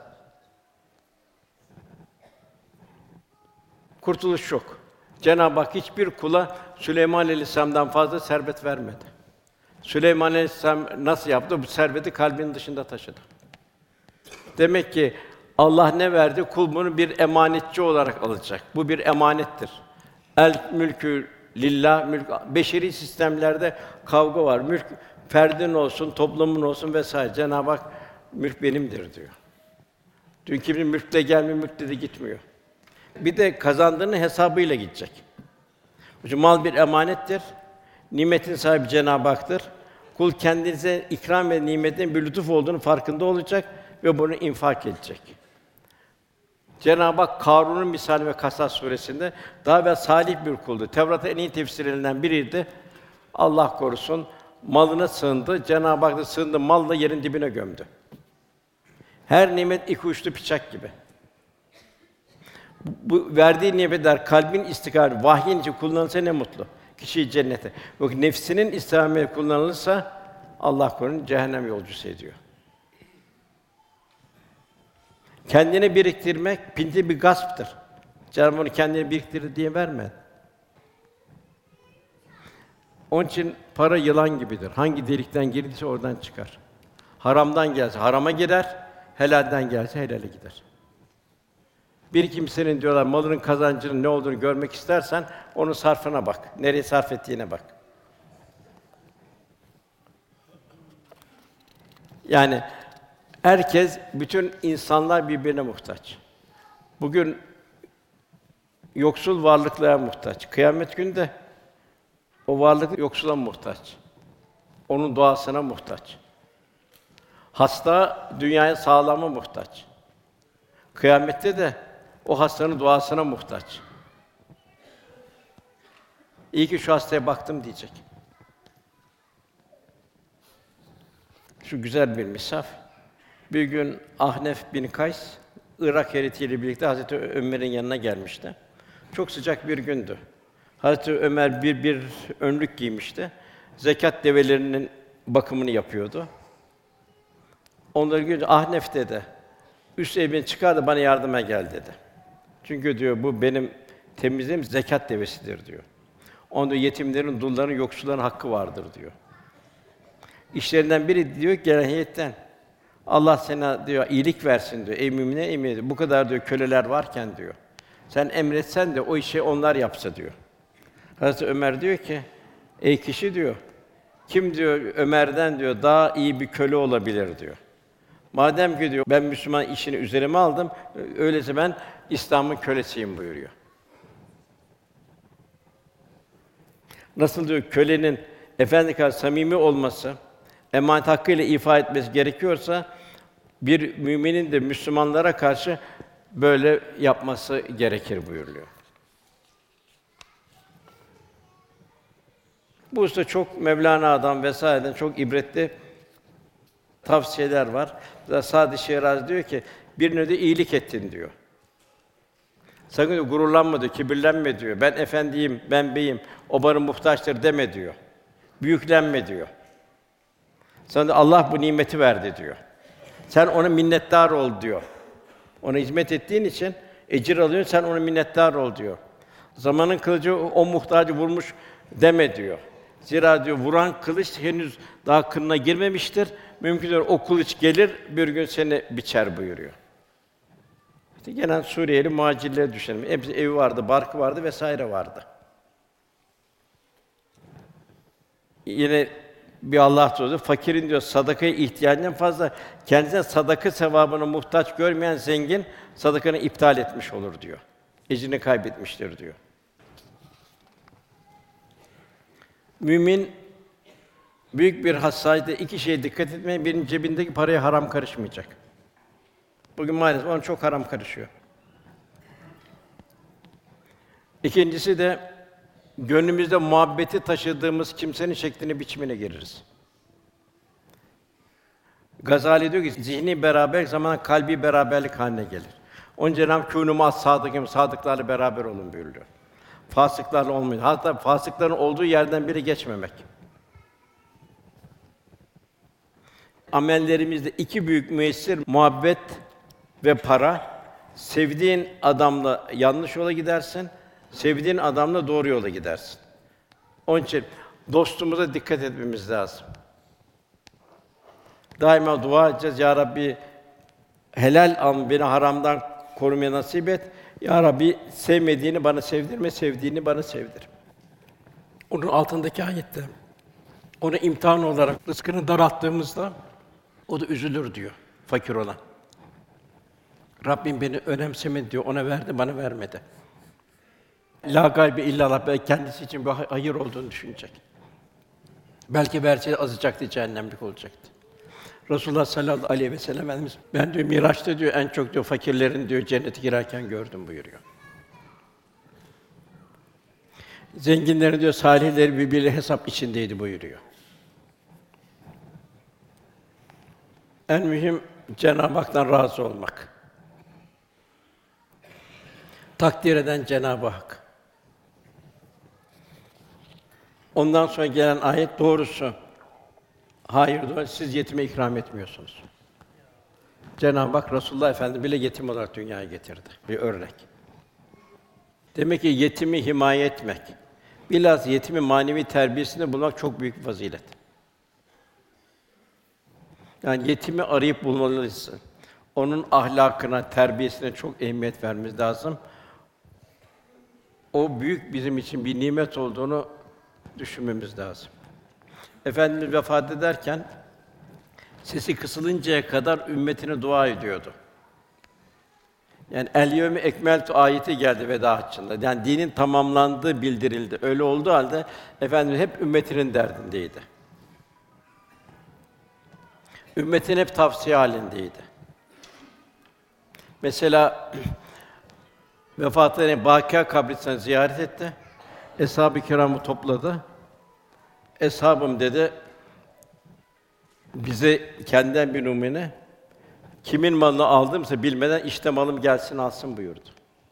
Kurtuluş yok. Cenab-ı Hak hiçbir kula Süleyman Aleyhisselam'dan fazla servet vermedi. Süleyman Aleyhisselam nasıl yaptı? Bu serveti kalbinin dışında taşıdı. Demek ki Allah ne verdi? Kul bunu bir emanetçi olarak alacak. Bu bir emanettir. El mülkü lillah, mülk beşeri sistemlerde kavga var. Mülk ferdin olsun, toplumun olsun vesaire. Cenab-ı Hak mülk benimdir diyor. Dünkü bir mülkle gelmiyor, mülkle de gitmiyor. Bir de kazandığının hesabıyla gidecek. Çünkü mal bir emanettir. Nimetin sahibi Cenab-ı Hak'tır. Kul kendinize ikram ve nimetin bir lütuf olduğunu farkında olacak ve bunu infak edecek. Cenab-ı Hak Karun'un misali ve Kasas suresinde daha evvel salih bir kuldu. Tevrat'ın en iyi tefsirlerinden biriydi. Allah korusun malına sığındı. Cenab-ı Hak da sığındı malla yerin dibine gömdü. Her nimet iki uçlu bıçak gibi. Bu verdiği nimetler kalbin istikameti, vahyin için kullanılsa ne mutlu. Kişiyi cennete. Yok nefsinin istikameti kullanılırsa Allah korusun cehennem yolcusu ediyor. Kendine biriktirmek pinti bir gasptır. Cenab-ı Hak kendine biriktir diye vermedi. Onun için para yılan gibidir. Hangi delikten girdiyse oradan çıkar. Haramdan gelse harama girer, helalden gelse helale gider. Bir kimsenin diyorlar malının kazancının ne olduğunu görmek istersen onun sarfına bak. Nereye sarf ettiğine bak. Yani herkes, bütün insanlar birbirine muhtaç. Bugün yoksul varlıklara muhtaç. Kıyamet günü de o varlık yoksula muhtaç. Onun duasına muhtaç. Hasta dünyaya sağlama muhtaç. Kıyamette de o hastanın duasına muhtaç. İyi ki şu hastaya baktım diyecek. Şu güzel bir misaf. Bir gün Ahnef bin Kays, Irak heyetiyle birlikte Hazreti Ömer'in yanına gelmişti. Çok sıcak bir gündü. Hazreti Ömer bir bir önlük giymişti. Zekat develerinin bakımını yapıyordu. Onları görünce Ahnef dedi, üst elbini çıkar da bana yardıma gel dedi. Çünkü diyor bu benim temizliğim zekat devesidir diyor. Onda yetimlerin, dulların, yoksulların hakkı vardır diyor. İşlerinden biri diyor gelen heyetten Allah sana diyor iyilik versin diyor. Ey mümine emir. Bu kadar diyor köleler varken diyor. Sen emretsen de o işi onlar yapsa diyor. Hazreti Ömer diyor ki ey kişi diyor kim diyor Ömer'den diyor daha iyi bir köle olabilir diyor. Madem ki diyor ben Müslüman işini üzerime aldım, öyleyse ben İslam'ın kölesiyim buyuruyor. Nasıl diyor kölenin efendi kadar samimi olması, emanet hakkıyla ifa etmesi gerekiyorsa bir müminin de Müslümanlara karşı böyle yapması gerekir buyuruyor. Bu usta çok Mevlana'dan vesaireden çok ibretli tavsiyeler var. Mesela Sâd-ı Şiraz diyor ki birine de iyilik ettin diyor. Sakın diyor, gururlanma diyor, kibirlenme diyor. Ben efendiyim, ben beyim, o bana muhtaçtır deme diyor. Büyüklenme diyor. Sana da Allah bu nimeti verdi diyor. Sen ona minnettar ol diyor. Ona hizmet ettiğin için ecir alıyorsun, sen ona minnettar ol diyor. Zamanın kılıcı o muhtacı vurmuş deme diyor. Zira diyor vuran kılıç henüz daha kınına girmemiştir. Mümkündür o kılıç gelir bir gün seni biçer buyuruyor. İşte gelen Suriyeli muhacirleri düşünelim. Hepsi evi vardı, barkı vardı vesaire vardı. Yine bir Allah sözü, fakirin diyor sadakaya ihtiyacından fazla kendisine sadaka sevabına muhtaç görmeyen zengin sadakanı iptal etmiş olur diyor. Ecrini kaybetmiştir diyor. Mümin büyük bir hassasiyetle iki şeye dikkat etmeye, birinin cebindeki paraya haram karışmayacak. Bugün maalesef ona çok haram karışıyor. İkincisi de gönlümüzde muhabbeti taşıdığımız kimsenin şeklini biçimine gireriz. Gazali diyor ki zihni beraber zaman kalbi beraberlik haline gelir. Onun Cenab-ı Kûnû mâs sâdıkîn, sadıklarla beraber olun buyuruyor. Fasıklarla olmayın. Hatta fasıkların olduğu yerden biri geçmemek. Amellerimizde iki büyük müessir muhabbet ve para. Sevdiğin adamla yanlış yola gidersin, sevdiğin adamla doğru yola gidersin. Onun için dostumuza dikkat etmemiz lazım. Daima dua edeceğiz. Ya Rabbi helal al, beni haramdan korumaya nasip et. Ya Rabbi sevmediğini bana sevdirme, sevdiğini bana sevdir. Onun altındaki ayette ona imtihan olarak rızkını daralttığımızda o da üzülür diyor fakir olan. Rabbim beni önemsemedi diyor, ona verdi, bana vermedi. La gaybe illallah, belki kendisi için bir hayır olduğunu düşünecek. Belki verseydi azacaktı, cehennemlik olacaktı. Resulullah sallallahu aleyhi ve sellem Efendimiz, ben diyor Miraç'ta diyor en çok diyor fakirlerin diyor cennete girerken gördüm buyuruyor. Zenginlerin diyor salihleri birbiriyle hesap içindeydi buyuruyor. En mühim Cenab-ı Hak'tan razı olmak. Takdir eden Cenab-ı Hak. Ondan sonra gelen ayet doğrusu. Hayır diyor, siz yetime ikram etmiyorsunuz. Cenab-ı Hak Resulullah Efendimiz bile yetim olarak dünyaya getirdi. Bir örnek. Demek ki yetimi himaye etmek, bilhassa yetimin manevi terbiyesinde bulmak çok büyük bir fazilet. Yani yetimi arayıp bulmalıyız. Onun ahlakına, terbiyesine çok ehemmiyet vermemiz lazım. O büyük bizim için bir nimet olduğunu düşünmemiz lazım. Efendimiz vefat ederken sesi kısılıncaya kadar ümmetine dua ediyordu. Yani el yevme ekmeltu ayeti geldi veda haccında. Yani dinin tamamlandığı bildirildi. Öyle olduğu halde Efendimiz hep ümmetinin derdindeydi. Ümmetin hep tavsiye halindeydi. Mesela vefatına Bâkî kabristanı ziyaret etti. Eshab-ı kiramı topladı. Eshabım dedi, bize kendinden bir numune, kimin malını aldımsa bilmeden işte malım gelsin alsın buyurdu.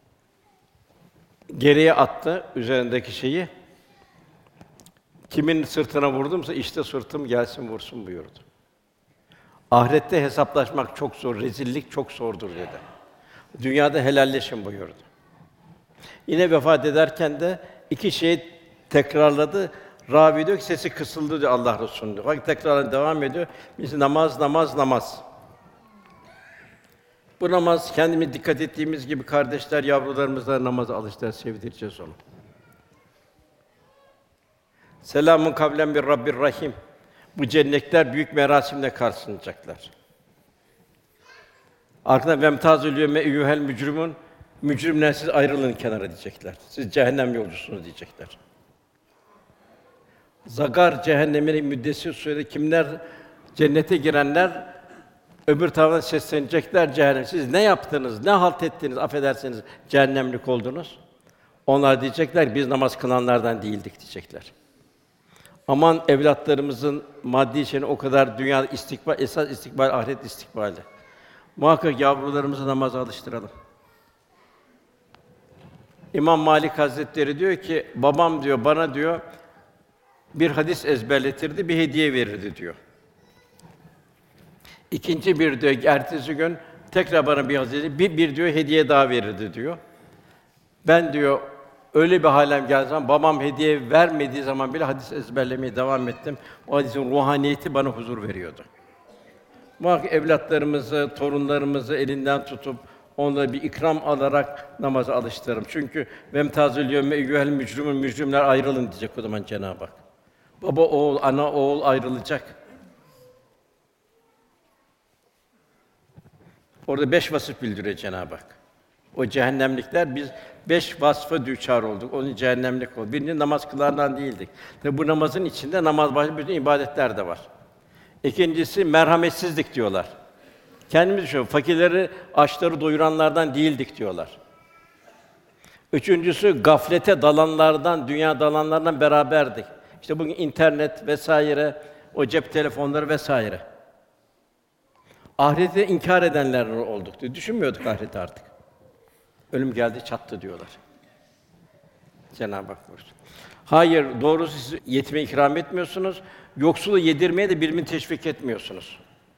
Geriye attı üzerindeki şeyi. Kimin sırtına vurdumsa işte sırtım gelsin vursun buyurdu. Ahirette hesaplaşmak çok zor, rezillik çok zordur dedi. Dünyada helalleşin buyurdu. Yine vefat ederken de iki şeyi tekrarladı. Ravi diyor ki sesi kısıldı diyor Allah Resulü diyor. Bak tekrar devam ediyor. Biz namaz, namaz, namaz. Bu namaz kendimiz dikkat ettiğimiz gibi kardeşler, yavrularımızla namaza alıştıracağız, sevdireceğiz onu. Selamun kavlen bir Rabbir Rahim. Bu cennetler büyük merasimle karşılanacaklar. Arkada vemtazül yevme eyyuhel mücrimun, mücrimler siz ayrılın kenara diyecekler. Siz cehennem yolcusunuz diyecekler. Zagar cehennemine müddessir surede kimler cennete girenler öbür taraftan seslenecekler cehennem. Siz ne yaptınız? Ne halt ettiniz? Affedersiniz cehennemlik oldunuz. Onlar diyecekler biz namaz kılanlardan değildik diyecekler. Aman evlatlarımızın maddi şeyini o kadar dünya istikbal esas istikbal ahiret istikbali. Muhakkak yavrularımızı namaza alıştıralım. İmam Malik Hazretleri diyor ki babam diyor bana diyor bir hadis ezberletirdi, bir hediye verirdi diyor. İkinci bir diyor, ertesi gün tekrar bana bir hadis, bir, bir diyor hediye daha verirdi diyor. Ben diyor öyle bir halem geldiği zaman babam hediye vermediği zaman bile hadis ezberlemeye devam ettim. O hadisin ruhaniyeti bana huzur veriyordu. Muhakkak evlatlarımızı, torunlarımızı elinden tutup onlara bir ikram alarak namaza alıştırırım. Çünkü vemtazül yevme eyyuhel mücrimun, mücrimler ayrılın diyecek o zaman Cenab-ı Hak. Baba oğul, ana oğul ayrılacak. Orada beş vasıf bildiriyor Cenab-ı Hak. O cehennemlikler, biz beş vasfa düçar olduk. Onun cehennemlik oldu. Birinci, namaz kılardan değildik. Tabi bu namazın içinde namaz başka bütün ibadetler de var. İkincisi, merhametsizlik diyorlar. Kendimiz düşünüyor, fakirleri, açları doyuranlardan değildik diyorlar. Üçüncüsü, gaflete dalanlardan, dünya dalanlardan beraberdik. İşte bugün internet vesaire, o cep telefonları vesaire. Ahireti inkar edenler olduk diyor. Düşünmüyorduk ahireti artık. Ölüm geldi, çattı diyorlar. Cenab-ı Hak buyursun. Hayır, doğrusu siz yetime ikram etmiyorsunuz, yoksulu yedirmeye de birbirini teşvik etmiyorsunuz.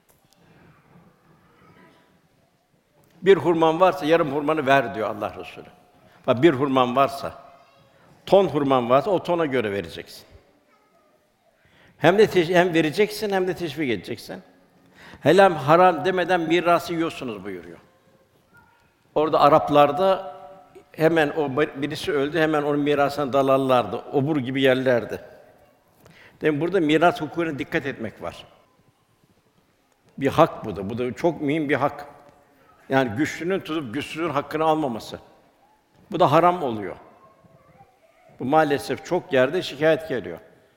Bir hurman varsa yarım hurmanı ver diyor Allah Resulü. Bak, bir hurman varsa, ton hurman varsa o tona göre vereceksin. Hem de teş- hem vereceksin hem de teşvik edeceksin. Helal haram demeden mirası yiyorsunuz buyuruyor. Orada Araplarda hemen o birisi öldü, hemen onun mirasına dalarlardı. Obur gibi yerlerdi. Demek burada miras hukukuna dikkat etmek var. Bir hak bu da. Bu da çok mühim bir hak. Yani güçlünün tutup güçsüzün hakkını almaması. Bu da haram oluyor. Bu maalesef çok yerde şikâyet geliyor.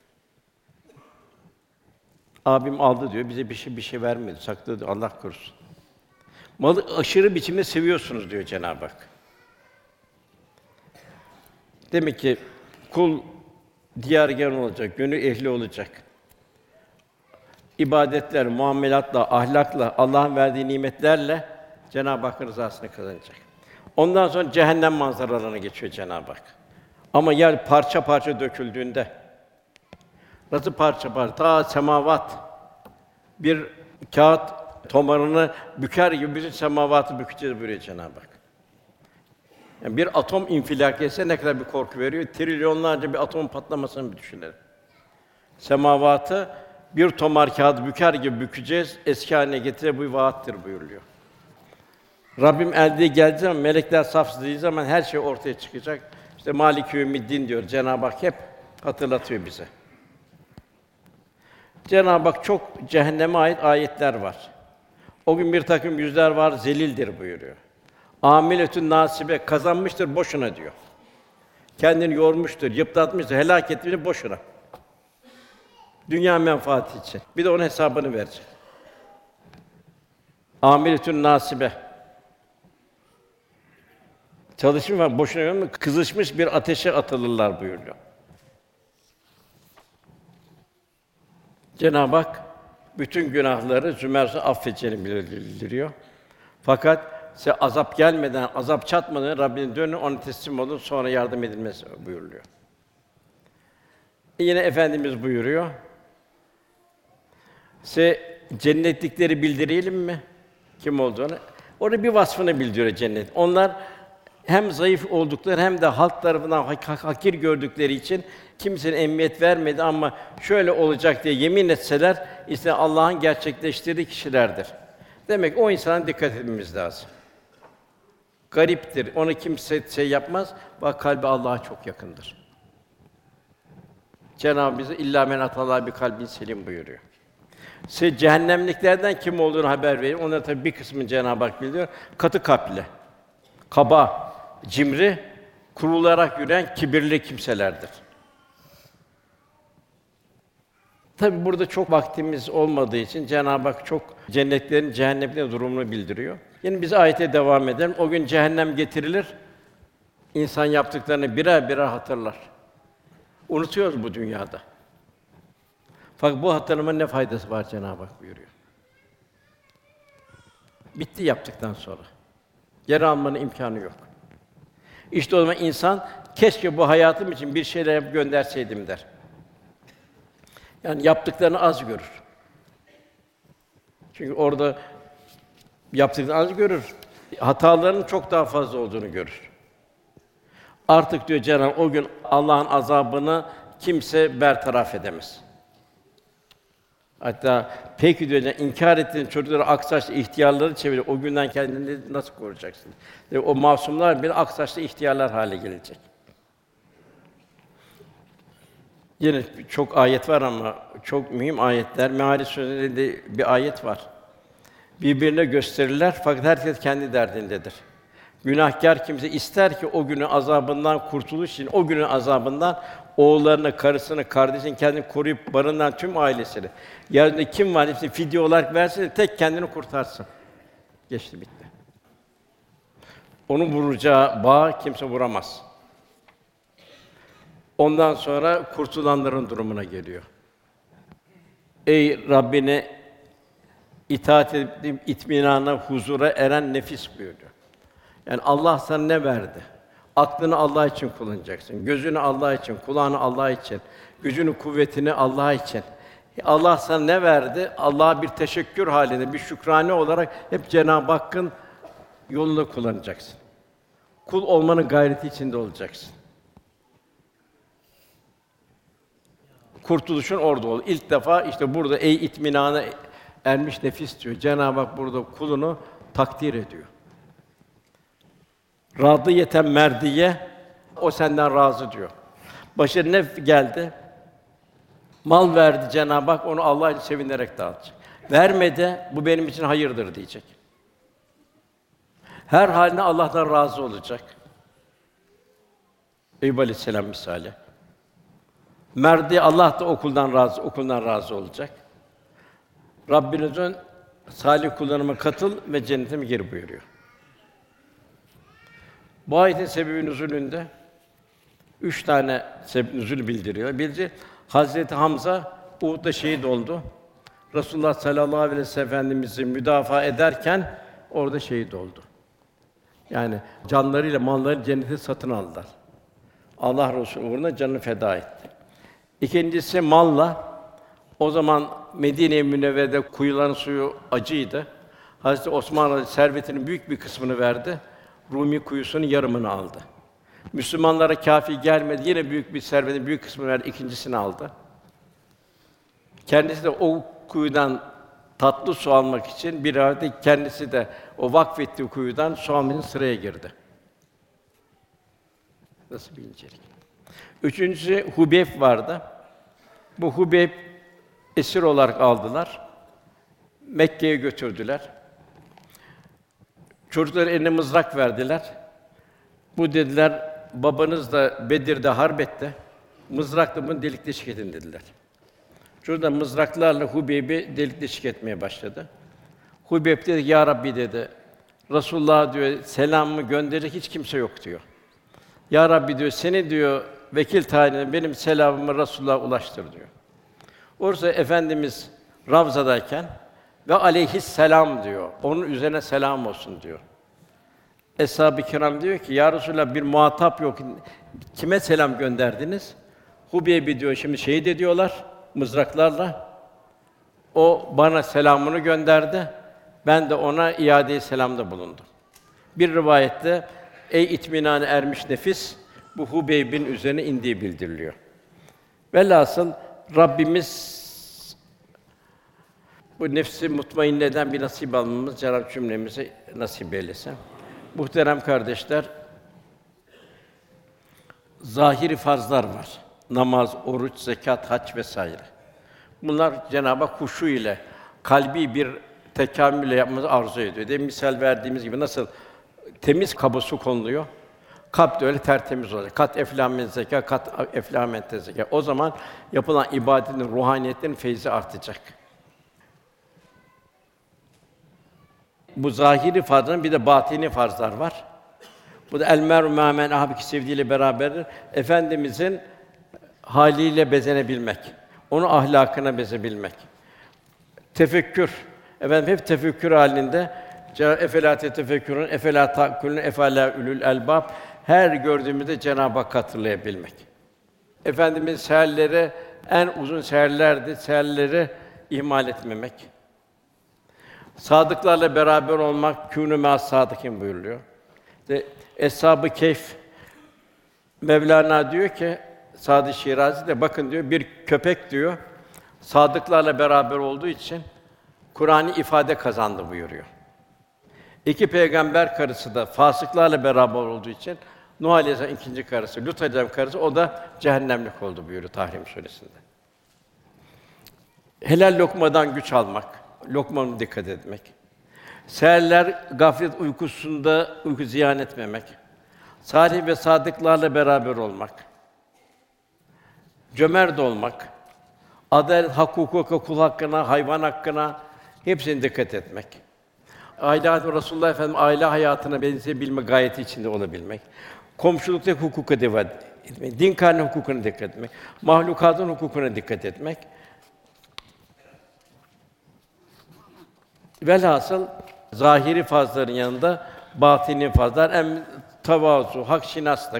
Abim aldı diyor, bize bir şey bir şey vermedi, sakladı, Allah korusun. Malı aşırı biçimde seviyorsunuz diyor Cenab-ı Hak. Demek ki kul diyargân olacak, gönül ehli olacak. İbadetler, muamelatla, ahlakla, Allah'ın verdiği nimetlerle Cenab-ı Hakk'ın rızasını kazanacak. Ondan sonra cehennem manzaralarına geçiyor Cenab-ı Hak. Ama yer parça parça döküldüğünde, nasıl parça parça, ta semavat bir kağıt tomarını büker gibi bütün semavatı bükeceğiz buyuruyor Cenab-ı Hak. Yani bir atom infilak etse ne kadar bir korku veriyor? Trilyonlarca bir atom patlamasını bir düşünelim. Semavatı bir tomar kağıdı büker gibi bükeceğiz, eski haline getire bu vaattir buyuruluyor. Rabbim elde geldiği zaman, melekler saf dediği zaman her şey ortaya çıkacak. İşte Mâlik-i Yevmiddin diyor Cenab-ı Hak, hep hatırlatıyor bize. Cenab-ı Hak çok cehenneme ait ayetler var. O gün bir takım yüzler var, zelildir buyuruyor. Âmiletün nâsibe, kazanmıştır boşuna diyor. Kendini yormuştur, yıpratmıştır, helak etmiştir boşuna. Dünya menfaati için. Bir de onun hesabını verecek. Âmiletün nâsibe. Çalışmış var, boşuna yorulmuş, kızışmış bir ateşe atılırlar buyuruyor. Cenab-ı Hak bütün günahları Zümer affedeceğini bildiriyor. Fakat size azap gelmeden, azap çatmadan Rabbine dönün, ona teslim olun, sonra yardım edilmesi buyuruluyor. E yine Efendimiz buyuruyor. Size cennetlikleri bildirelim mi? Kim olduğunu. Orada bir vasfını bildiriyor cennet. Onlar hem zayıf oldukları hem de halk tarafından hak- hakir gördükleri için kimsenin emniyet vermedi ama şöyle olacak diye yemin etseler, işte Allah'ın gerçekleştirdiği kişilerdir. Demek o insana dikkat etmemiz lazım. Gariptir, onu kimse şey yapmaz, bak kalbi Allah'a çok yakındır. Cenab-ı bize illa men atallah bir kalbin selim buyuruyor. Size cehennemliklerden kim olduğunu haber verin. Onlara tabii bir kısmını Cenab-ı Hak biliyor. Katı kalpli, kaba, cimri, kurularak yürüyen kibirli kimselerdir. Tabii burada çok vaktimiz olmadığı için Cenab-ı Hak çok cennetlerin, cehennemlerin durumunu bildiriyor. Yine biz ayete devam edelim. O gün cehennem getirilir. İnsan yaptıklarını birer birer hatırlar. Unutuyoruz bu dünyada. Fakat bu hatırlamanın ne faydası var Cenab-ı Hak buyuruyor. Bitti yaptıktan sonra. Geri almanın imkânı yok. İşte o zaman insan keşke bu hayatım için bir şeyler yapıp gönderseydim der. Yani yaptıklarını az görür. Çünkü orada yaptıklarını az görür. Hatalarının çok daha fazla olduğunu görür. Artık diyor Cenab-ı Hak, o gün Allah'ın azabını kimse bertaraf edemez. Hatta peki diyor, yani inkar ettiğin çocukları ak saçlı ihtiyarları çevir. O günden kendini nasıl koruyacaksın? Ve o masumlar bile ak saçlı ihtiyarlar hale gelecek. Yine çok ayet var ama çok mühim ayetler. Meâriç Sûresi'nde bir ayet var. Birbirine gösterirler fakat herkes kendi derdindedir. Günahkar kimse ister ki o günün azabından kurtuluş için o günün azabından oğullarını, karısını, kardeşini, kendini koruyup barınan tüm ailesini. Yeryüzünde kim var hepsini fidye olarak versin de tek kendini kurtarsın. Geçti bitti. Onun vuracağı bağ kimse vuramaz. Ondan sonra kurtulanların durumuna geliyor. Ey Rabbine itaat edip itminana, huzura eren nefis buyuruyor. Yani Allah sana ne verdi? Aklını Allah için kullanacaksın. Gözünü Allah için, kulağını Allah için, gücünü, kuvvetini Allah için. Allah sana ne verdi? Allah'a bir teşekkür halinde, bir şükrane olarak hep Cenab-ı Hakk'ın yolunda kullanacaksın. Kul olmanın gayreti içinde olacaksın. Kurtuluşun orada ol. İlk defa işte burada ey itminana ermiş nefis diyor. Cenab-ı Hak burada kulunu takdir ediyor. Radiyeten merdiye, o senden razı diyor. Başına ne geldi? Mal verdi Cenab-ı Hak, onu Allah için sevinerek dağıtacak. Vermedi, bu benim için hayırdır diyecek. Her haline Allah'tan razı olacak. Eyüp Aleyhisselam misali. Merdi, Allah da okuldan razı, okuldan razı olacak. Rabbinizin salih kullarıma katıl ve cennetime gir buyuruyor. Bu ayetin sebebi nüzulünde üç tane sebep nüzul bildiriyor. Birinci, Hazreti Hamza Uhud'da şehit oldu. Resulullah sallallahu aleyhi ve sellem Efendimiz'i müdafaa ederken orada şehit oldu. Yani canlarıyla, mallarıyla cenneti satın aldılar. Allah Resulü uğruna canını feda etti. İkincisi malla. O zaman Medine-i Münevvere'de kuyuların suyu acıydı. Hazreti Osman Radıyallahu anh servetinin büyük bir kısmını verdi. Rumi kuyusunun yarımını aldı. Müslümanlara kâfi gelmedi. Yine büyük bir servetin büyük kısmını verdi. İkincisini aldı. Kendisi de o kuyudan tatlı su almak için bir rivayette kendisi de o vakfettiği kuyudan su almak için sıraya girdi. Nasıl bir incelik? Üçüncüsü Hubeyb vardı. Bu Hubeyb esir olarak aldılar. Mekke'ye götürdüler. Çocuklara eline mızrak verdiler. Bu dediler, babanız da Bedir'de harp etti. Mızrakla bunu delik deşik edin dediler. Çocuklar mızraklarla Hubeyb'i delik deşik etmeye başladı. Hubeyb dedi, Ya Rabbi dedi, Resulullah diyor, selamımı gönderecek hiç kimse yok diyor. Ya Rabbi diyor, seni diyor, vekil tayin benim selamımı Resulullah'a ulaştır diyor. Orada Efendimiz Ravza'dayken ve aleyhisselam diyor. Onun üzerine selam olsun diyor. Eshab-ı kiram diyor ki, Ya Resulallah bir muhatap yok. Kime selam gönderdiniz? Hubeyb'i diyor şimdi şehit ediyorlar mızraklarla. O bana selamını gönderdi. Ben de ona iade-i selamda bulundum. Bir rivayette ey itminâne ermiş nefis bu Hubeyb'in üzerine indiği bildiriliyor. Velhasıl Rabbimiz bu nefsi mutmainne eden bir nasip almamız Cenab-ı cümlemize nasip eylesin. Muhterem kardeşler, zahiri farzlar var. Namaz, oruç, zekat, hac vesaire. Bunlar Cenab-ı Hak huşu ile kalbi bir tekamülle yapmamızı arzu ediyor. Demin misal verdiğimiz gibi nasıl temiz kaba su konuluyor, kalp de öyle tertemiz olacak. Kat eflâ men zekâ, kat eflâ men tezekâ. O zaman yapılan ibadetin, ruhaniyetlerin feyzi artacak. Bu zahiri farzların bir de batini farzlar var. Bu da el mer'u mâ men ahabbe ki sevdiğiyle beraberdir. Efendimizin haliyle bezenebilmek, onun ahlakına bezebilmek. Tefekkür. Efendim hep tefekkür halinde. Efelâ tetefekkürûn, efelâ ta'kulûn, efalâ ulul elbâb. Her gördüğümüzde Cenab-ı Hakk'ı hatırlayabilmek. Efendimiz seherleri en uzun seherlerdi. Seherleri ihmal etmemek. Sadıklarla beraber olmak, kûnû me'as sâdikîn buyuruluyor. İşte Eshab-ı Kehf Mevlana diyor ki Sâd-ı Şirazi de bakın diyor bir köpek diyor sadıklarla beraber olduğu için Kur'an-ı ifade kazandı buyuruyor. İki peygamber karısı da fasıklarla beraber olduğu için Nuh Aleyhisselam ikinci karısı, Lut Aleyhisselam karısı o da cehennemlik oldu buyuruyor Tahrim Suresi'nde. Helal lokmadan güç almak, lokmana dikkat etmek. Seherler gaflet uykusunda uyku ziyan etmemek. Salih ve sadıklarla beraber olmak. Cömert olmak. Adalet, hak, hukuka, kul hakkına, hayvan hakkına hepsine dikkat etmek. Aile hayatı Resulullah Efendimiz aile hayatına benzeyebilme gayeti içinde olabilmek. Komşulukta hukuka dikkat etmek. Din kanunu hukukuna dikkat etmek. Mahlukatın hukukuna dikkat etmek. Velhasıl zahiri fazların yanında batini fazlar, en tavazu, hakşinaslık.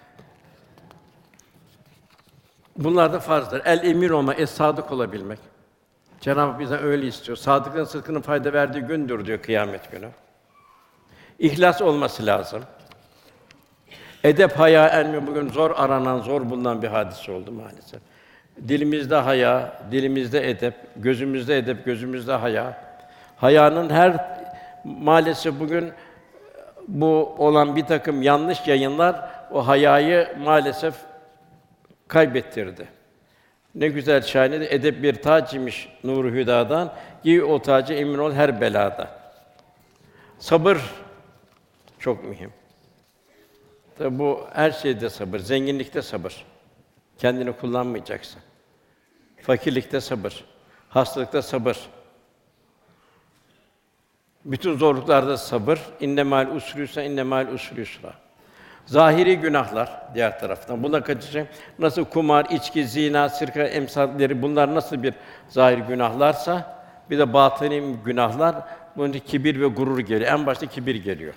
Bunlar da farzdır. El emir olma, es sadık olabilmek. Cenab-ı Hak bizden öyle istiyor. Sadıkların sıdkının fayda verdiği gündür diyor kıyamet günü. İhlas olması lazım. Edep, haya en bugün zor aranan, zor bulunan bir hadise oldu maalesef. Dilimizde haya, dilimizde edep, gözümüzde edep, gözümüzde haya. Hayanın her maalesef bugün bu olan bir takım yanlış yayınlar o hayayı maalesef kaybettirdi. Ne güzel şahane de edep bir tac imiş nuru hüdadan, giy o tacı emin ol her belada. Sabır çok mühim. Tabi bu her şeyde sabır, zenginlikte sabır. Kendini kullanmayacaksın. Fakirlikte sabır, hastalıkta sabır. Bütün zorluklarda sabır. İnne ma'al usri yusra, inne ma'al usri yusra. Zahiri günahlar diğer taraftan. Buna kaçacak. Nasıl kumar, içki, zina, sirka emsalleri bunlar nasıl bir zahir günahlarsa bir de batini günahlar. Bunun kibir ve gurur geliyor. En başta kibir geliyor.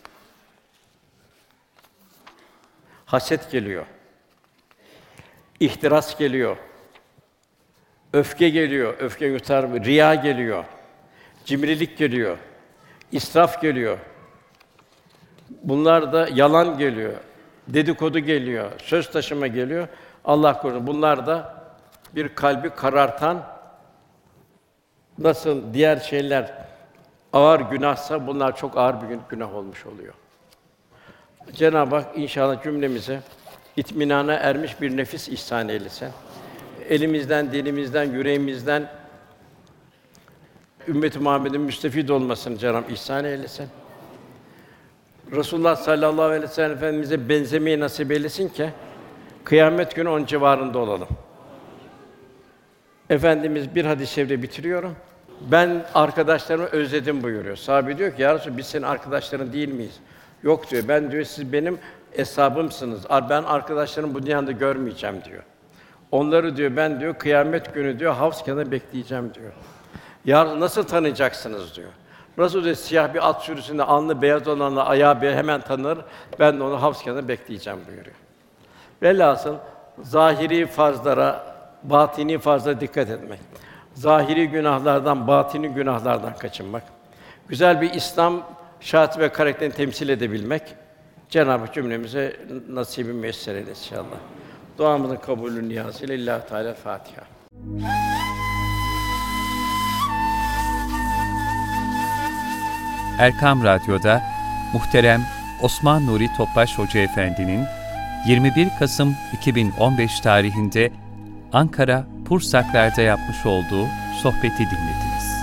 Haset geliyor. İhtiras geliyor. Öfke geliyor. Öfke yutar, riya geliyor. Cimrilik geliyor. İsraf geliyor. Bunlar da yalan geliyor. Dedikodu geliyor. Söz taşıma geliyor. Allah korusun. Bunlar da bir kalbi karartan, nasıl diğer şeyler ağır günahsa bunlar çok ağır bir günah olmuş oluyor. Cenab-ı Hak inşallah cümlemize itminana ermiş bir nefis ihsan eylesin. Elimizden, dilimizden, yüreğimizden ümmet-i Muhammed'in müstefid olmasını Cenab-ı Hak ihsan eylesin. Resulullah sallallahu aleyhi ve sellem Efendimize benzemeyi nasip eylesin ki kıyamet günü onun civarında olalım. Efendimiz bir hadis-i şerifle bitiriyorum. Ben arkadaşlarımı özledim buyuruyor. Sahabe diyor ki ya Resulallah biz senin arkadaşların değil miyiz? Yok diyor. Ben diyor siz benim eshabımsınız. Ben arkadaşlarımı bu dünyada görmeyeceğim diyor. Onları diyor ben diyor kıyamet günü diyor havz kenarında bekleyeceğim diyor. Ya nasıl tanıyacaksınız diyor. Nasıl diyor siyah bir at sürüsünde alnı beyaz olanla ayağı beyaz hemen tanır. Ben de onu havz kenarında bekleyeceğim buyuruyor. Velhasıl zahiri farzlara, batini farzlara dikkat etmek. Zahiri günahlardan, batini günahlardan kaçınmak. Güzel bir İslam şahsiyet ve karakterini temsil edebilmek. Cenab-ı Hak cümlemize nasibi müyesser eylesin inşallah. Duamızın kabulü niyazıyla Lillahi Teala Fatiha. Erkam Radyo'da muhterem Osman Nuri Topbaş Hoca Efendi'nin yirmi bir Kasım iki bin on beş tarihinde Ankara Pursaklar'da yapmış olduğu sohbeti dinlediniz.